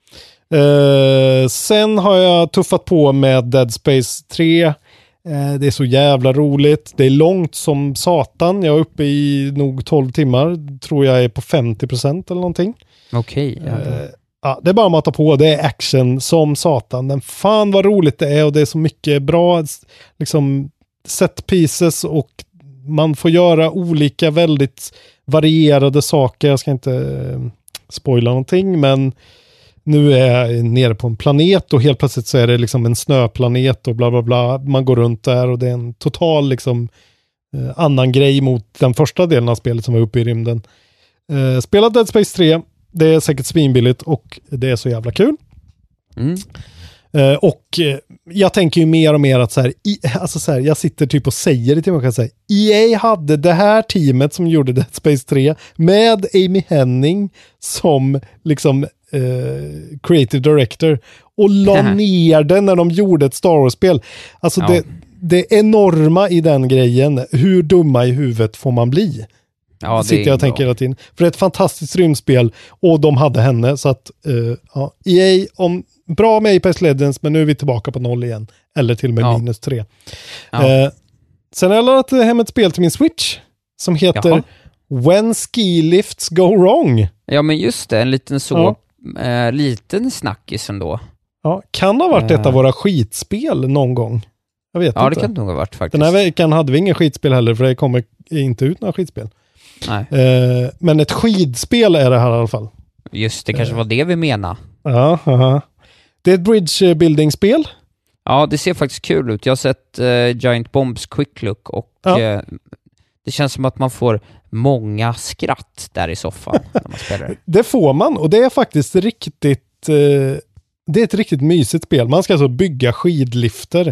Uh, sen har jag tuffat på med Dead Space tre. Uh, det är så jävla roligt. Det är långt som satan. Jag är uppe i nog tolv timmar. Tror jag är på femtio procent eller någonting. Okej. Okay, ja. uh, ja, det är bara att mata på. Det är action som satan. Men fan vad roligt det är, och det är så mycket bra liksom set pieces, och man får göra olika väldigt varierade saker. Jag ska inte eh, spoila någonting, men nu är jag nere på en planet, och helt plötsligt så är det liksom en snöplanet och bla bla bla. Man går runt där, och det är en total liksom eh, annan grej mot den första delen av spelet som var uppe i rymden. Eh, spelat Dead Space tre, det är säkert svinbilligt, och det är så jävla kul. Mm. Uh, och uh, jag tänker ju mer och mer att så här, i, alltså så här, jag sitter typ och säger det till mig, kan säga, E A hade det här teamet som gjorde Dead Space tre med Amy Henning som liksom uh, creative director, och la ner den när de gjorde ett Star Wars-spel. Alltså ja. det, det enorma i den grejen, hur dumma i huvudet får man bli? Ja, det sitter jag och tänker hela tiden. För det är ett fantastiskt rymdspel, och de hade henne, så att uh, ja, E A, om bra med Apex Legends, men nu är vi tillbaka på noll igen. Eller till och med ja. minus tre. Ja. Eh, sen har jag laddat hem ett spel till min Switch som heter Jaha. When Ski Lifts Go Wrong. Ja, men just det. En liten så ja. eh, liten snackis ändå. Ja, kan ha varit eh. ett av våra skitspel någon gång. Jag vet ja, inte. det kan nog ha varit faktiskt. Den här veckan hade vi ingen skitspel heller, för det kommer inte ut några skitspel. Nej. Eh, men ett skidspel är det här i alla fall. Just det, kanske eh. var det vi menade. Ja, aha. Det är ett bridge building-spel. Ja, det ser faktiskt kul ut. Jag har sett uh, Giant Bombs Quick Look och ja. uh, det känns som att man får många skratt där i soffan när man spelar. Det får man, och det är faktiskt riktigt uh, det är ett riktigt mysigt spel. Man ska alltså bygga skidlifter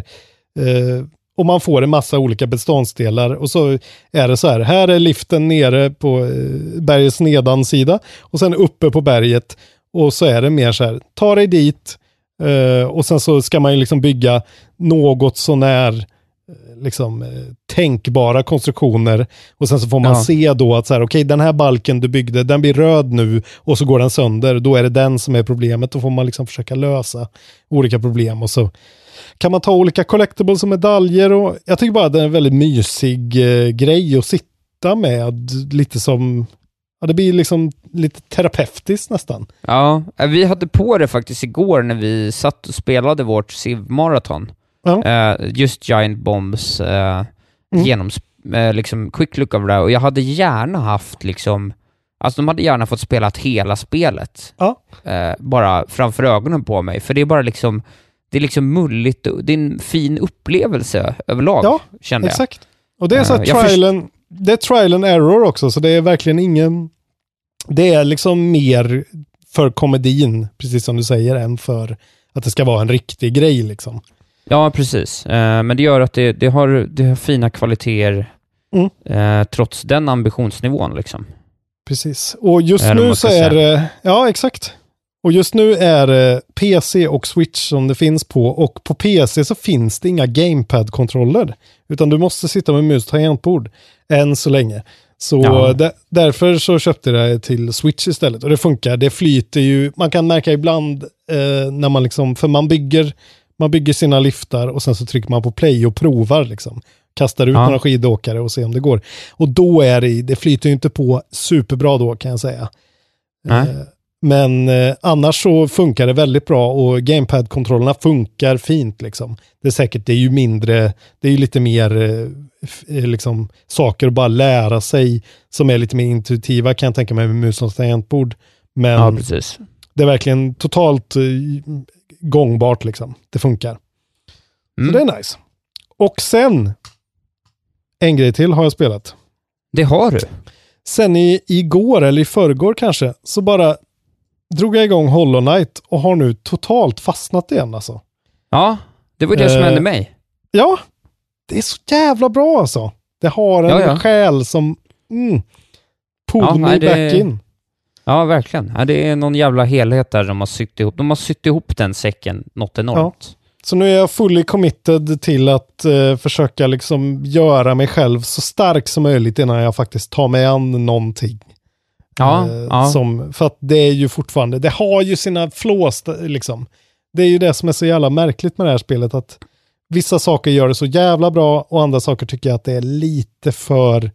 uh, och man får en massa olika beståndsdelar och så är det så här, här är liften nere på uh, bergets nedansida och sen uppe på berget, och så är det mer så här, ta dig dit uh, och sen så ska man ju liksom bygga något så när liksom eh, tänkbara konstruktioner, och sen så får man ja. se då att så här, okej, okay, den här balken du byggde, den blir röd nu och så går den sönder, då är det den som är problemet. Då får man liksom försöka lösa olika problem, och så kan man ta olika collectibles som medaljer, och jag tycker bara att det är en väldigt mysig eh, grej att sitta med, lite som, ja, det blir liksom lite terapeutiskt nästan. Ja, vi hade på det faktiskt igår när vi satt och spelade vårt Civ-marathon. Ja. Uh, just Giant Bombs uh, mm. genom uh, liksom quick look av det där, och jag hade gärna haft liksom, alltså de hade gärna fått spela hela spelet ja. uh, bara framför ögonen på mig, för det är bara liksom, det är liksom mulligt, det är en fin upplevelse överlag, ja, kände jag. Exakt. Och det är så här, uh, trial, and, det är trial and error också, så det är verkligen ingen, det är liksom mer för komedin, precis som du säger, än för att det ska vara en riktig grej liksom. Ja, precis. Eh, men det gör att det, det, har, det har fina kvaliteter mm. eh, trots den ambitionsnivån liksom. Precis. Och just är nu så är det, ja exakt. Och just nu är det P C och Switch som det finns på, och på P C så finns det inga gamepad-kontroller, utan du måste sitta med mus och tangentbord än så länge. Så ja. d- därför så köpte jag det till Switch istället, och det funkar. Det flyter ju, man kan märka ibland eh, när man liksom, för man bygger Man bygger sina liftar och sen så trycker man på play och provar liksom. Kastar ut ja. några skidåkare och ser om det går. Och då är det, det flyter ju inte på superbra då, kan jag säga. Nej. Eh, men eh, annars så funkar det väldigt bra, och gamepad-kontrollerna funkar fint liksom. Det är säkert, det är ju mindre, det är ju lite mer eh, liksom saker att bara lära sig som är lite mer intuitiva, kan jag tänka mig, med mus och tangentbord. Men ja, precis. Det är verkligen totalt eh, gångbart liksom. Det funkar. Mm. Så det är nice. Och sen en grej till har jag spelat. Det har du. Sen i, igår eller i förrgår kanske, så bara drog jag igång Hollow Knight och har nu totalt fastnat igen alltså. Ja, det var det uh, som hände mig. Ja, det är så jävla bra alltså. Det har en ja, ja. själ som mm, pull ja, me nej, back det... in. Ja, verkligen. Ja, det är någon jävla helhet där de har sytt ihop. De har sytt ihop den säcken något enormt. Ja. Så nu är jag fully committed till att uh, försöka liksom göra mig själv så stark som möjligt innan jag faktiskt tar mig an någonting. Ja, uh, ja. Som, för att det är ju fortfarande, det har ju sina flås liksom. Det är ju det som är så jävla märkligt med det här spelet, att vissa saker gör det så jävla bra och andra saker tycker jag att det är lite för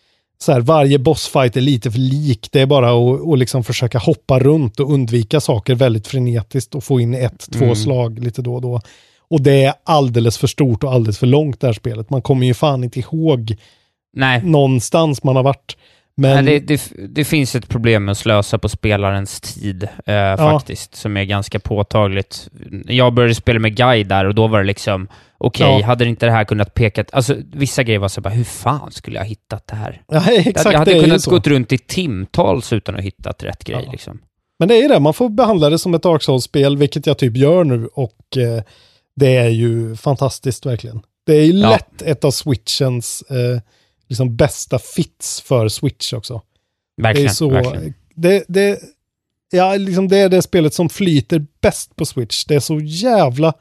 så här, varje bossfight är lite för lik. Det är bara att och liksom försöka hoppa runt och undvika saker väldigt frenetiskt och få in ett, två mm. slag lite då och då. Och det är alldeles för stort och alldeles för långt det här spelet. Man kommer ju fan inte ihåg Nej. någonstans man har varit. Men Nej, det, det, det finns ett problem med att slösa på spelarens tid eh, ja. faktiskt, som är ganska påtagligt. Jag började spela med guide där och då var det liksom okej, okay, ja. hade inte det här kunnat peka, alltså vissa grejer var så bara, hur fan skulle jag ha hittat det här? Ja, exakt, jag, jag hade det kunnat gått runt i timtals utan att hitta rätt grej ja. liksom. Men det är ju det, man får behandla det som ett Dark Souls-spel, vilket jag typ gör nu, och eh, det är ju fantastiskt verkligen. Det är ju ja. lätt ett av Switchens eh, liksom bästa fits för Switch också. Verkligen, det är så, verkligen. Det, det, ja, liksom det är det spelet som flyter bäst på Switch. Det är så jävla...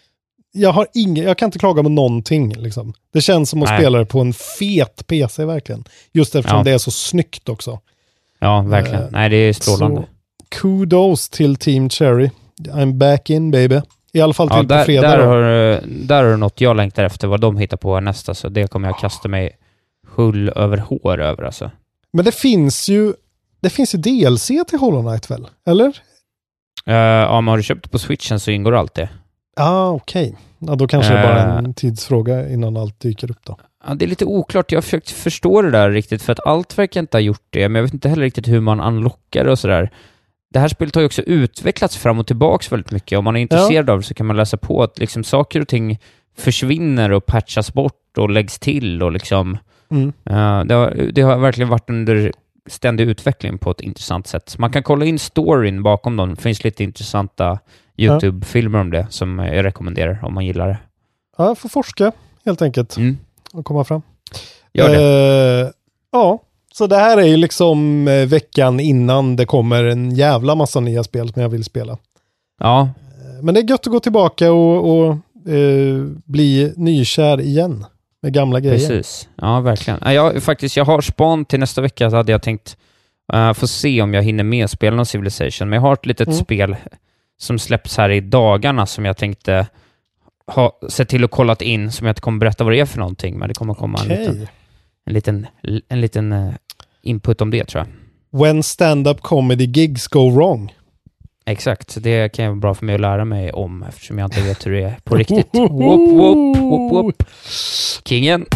Jag har ingen, jag kan inte klaga på någonting liksom. Det känns som att Nej. spela det på en fet P C verkligen. Just eftersom ja. det är så snyggt också. Ja, verkligen. Uh, Nej, det är strålande. Så, kudos till Team Cherry. I'm back in, baby. I alla fall till ja, där, på fredag. Där har, där har du något jag längtar efter, vad de hittar på nästa, så det kommer jag kasta mig hull över hår över alltså. Men det finns ju det finns ju D L C till Hollow Knight väl? Eller? Uh, ja, men har du köpt på Switchen så ingår allt det. Ja, ah, okej. Okay. Ja, då kanske uh, det är bara en tidsfråga innan allt dyker upp då. Ja, det är lite oklart. Jag har försökt förstå det där riktigt, för att allt verkar inte ha gjort det, men jag vet inte heller riktigt hur man unlockar och sådär. det här spelet har ju också utvecklats fram och tillbaks väldigt mycket. Om man är intresserad ja. av det så kan man läsa på att liksom saker och ting försvinner och patchas bort och läggs till och liksom mm. uh, det, har, det har verkligen varit under ständig utveckling på ett intressant sätt. Man kan kolla in storyn bakom dem. Det finns lite intressanta YouTube-filmer om det som jag rekommenderar om man gillar det. Ja, jag får forska helt enkelt mm. och komma fram. Gör det. Uh, ja, så det här är ju liksom veckan innan det kommer en jävla massa nya spel som jag vill spela. Ja. Men det är gött att gå tillbaka och, och uh, bli nykär igen med gamla grejer. Precis. Ja, verkligen. Jag, faktiskt, jag har span till nästa vecka så hade jag tänkt uh, få se om jag hinner med spela någon Civilization. Men jag har ett litet mm. spel som släpps här i dagarna som jag tänkte ha sett till och kollat in som jag inte kommer berätta vad det är för någonting, men det kommer komma okay. en liten en liten, en liten uh, input om det, tror jag. When stand-up comedy gigs go wrong. Exakt, det kan vara bra för mig att lära mig om eftersom jag inte vet hur det är på riktigt. Whoop, whoop, whoop, whoop. Kingen.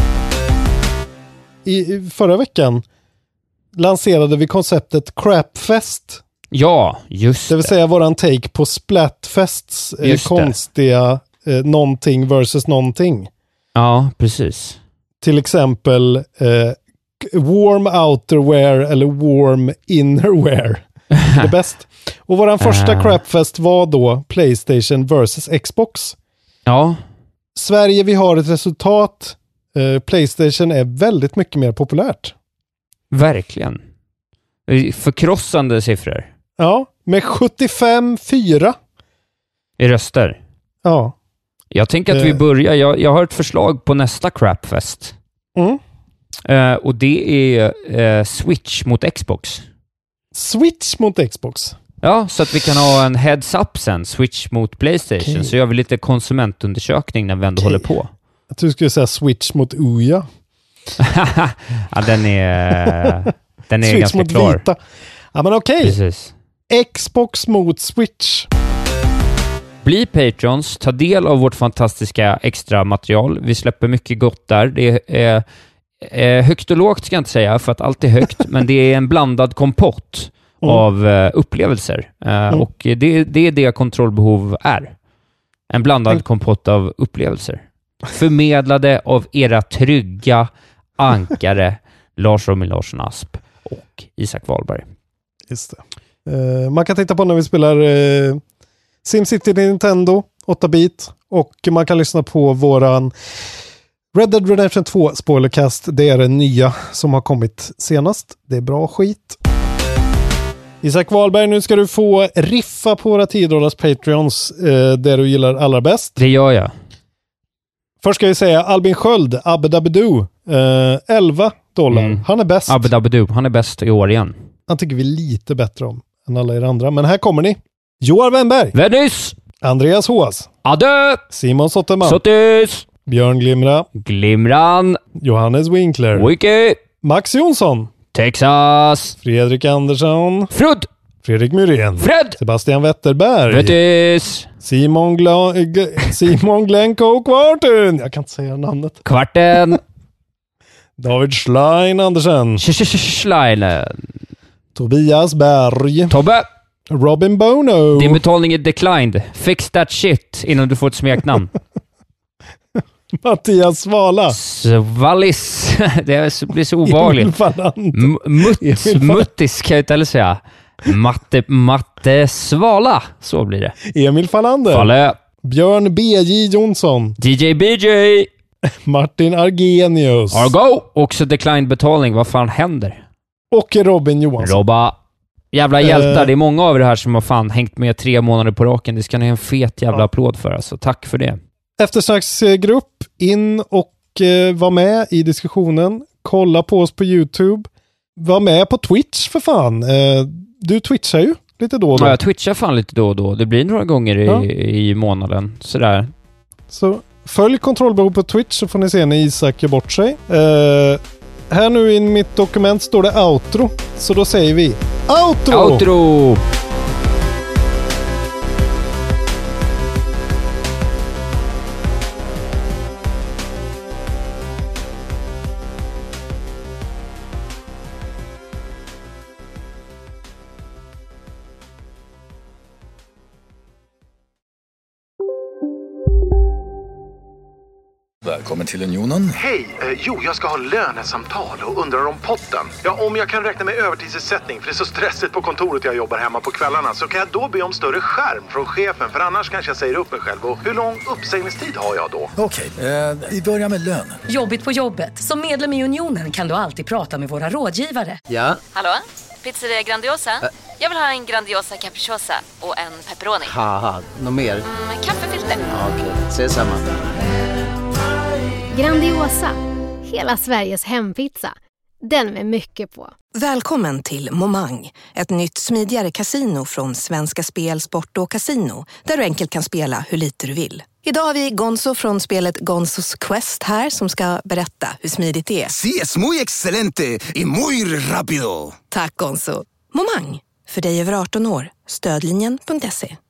I, I förra veckan lanserade vi konceptet Crapfest. Ja, just det. Det vill säga våran take på Splatfests eh, konstiga eh, någonting versus någonting. Ja, precis. Till exempel eh, warm outerwear eller warm innerwear. Det är bäst. Och våran första uh. Crapfest var då PlayStation versus Xbox. Ja. Sverige, vi har ett resultat. Uh, PlayStation är väldigt mycket mer populärt. Verkligen. Förkrossande siffror. Ja, med sjuttiofem fyra. I röster. Ja. Jag tänker att uh. vi börjar. Jag, jag har ett förslag på nästa Crapfest. Mm. Uh, och det är uh, Switch mot Xbox. Switch mot Xbox? Ja, så att vi kan ha en heads-up sen. Switch mot PlayStation. Okay. Så gör vi lite konsumentundersökning när vi ändå okay. håller på. Jag tror du skulle säga Switch mot Uja. Ja, den är, den är Switch ganska mot klar. Vita. Ja, men okej. Okay. Precis. Xbox mot Switch. Bli Patrons. Ta del av vårt fantastiska extra material. Vi släpper mycket gott där. Det är... Eh, högt och lågt ska jag inte säga för att allt är högt, men det är en blandad kompott mm. av eh, upplevelser. Eh, mm. Och det, det är det kontrollbehov är. En blandad mm. kompott av upplevelser. Förmedlade av era trygga ankare Lars Robin Larsson Asp och Isak Wahlberg. Just det. Eh, man kan titta på när vi spelar eh, SimCity Nintendo åtta bit och man kan lyssna på våran Red Dead Redemption två spoilercast. Det är den nya som har kommit senast. Det är bra skit. Isak Wahlberg, nu ska du få riffa på våra tio dollars Patreons eh, där du gillar allra bäst. Det gör jag. Först ska vi säga Albin Sköld, Abedabedoo, eh, elva dollar. Mm. Han är bäst. Abedabedoo, han är bäst i år igen. Han tycker vi lite bättre om än alla er andra. Men här kommer ni. Joar Wennberg. Vennys. Andreas Hås. Adö. Simon Sotterman. Sottis. Björn Glimra. Glimran. Johannes Winkler. Wiki. Max Jonsson. Texas. Fredrik Andersson. Frudd. Fredrik Myrén. Fred. Sebastian Wetterberg. Vettis. Simon, Gla- G- Simon Glencoe Kvarten. Jag kan inte säga namnet. Kvarten. David Schlein Andersen. Schleinen. Tobias Berg. Tobbe. Robin Bono. Din betalning är declined. Fix that shit innan du får ett smeknamn. Mattias Svala. Svallis. Det blir så obehagligt. M- mutt, muttis kan jag inte heller säga. Matte, Matte Svala. Så blir det. Emil Fallander. Falle. Björn B J Jonsson. D J B J. Martin Argenius. Argo. Också declined betalning. Vad fan händer? Och Robin Johansson. Robba. Jävla hjältar. Uh, det är många av er här som har fan hängt med tre månader på raken. Det ska ni ha en fet jävla ja. applåd för. Alltså. Tack för det. Eftersnacksgrupp. In och eh, var med i diskussionen. Kolla på oss på YouTube. Var med på Twitch för fan. Eh, du twitchar ju lite då och då. Ja, jag twitchar fan lite då och då. Det blir några gånger i, ja. i månaden. Sådär. Så följ kontrollbehov på Twitch så får ni se när Isak gör bort sig. Eh, här nu i mitt dokument står det outro. Så då säger vi outro! Outro! Välkommen till Unionen. Hej, eh, jo jag ska ha lönesamtal och undrar om potten. Ja, om jag kan räkna med övertidsersättning för det är så stressigt på kontoret jag jobbar hemma på kvällarna, så kan jag då be om större skärm från chefen, för annars kanske jag säger upp mig själv. Och hur lång uppsägningstid har jag då? Okej, eh, vi börjar med lön. Jobbigt på jobbet. Som medlem i Unionen kan du alltid prata med våra rådgivare. Ja. Hallå? Pizzeria Grandiosa? Ä jag vill ha en Grandiosa capriciosa och en pepperoni. Haha, något mer? Mm, kaffefilter. Ja, okej, okay. Ses samma. Grandiosa, hela Sveriges hempizza. Den med mycket på. Välkommen till Momang, ett nytt smidigare kasino från Svenska Spel, Sport och Casino, där du enkelt kan spela hur lite du vill. Idag har vi Gonzo från spelet Gonzos Quest här som ska berätta hur smidigt det är. Sí, es muy excelente y muy rápido. Tack Gonzo. Momang, för dig över arton år. Stödlinjen punkt se.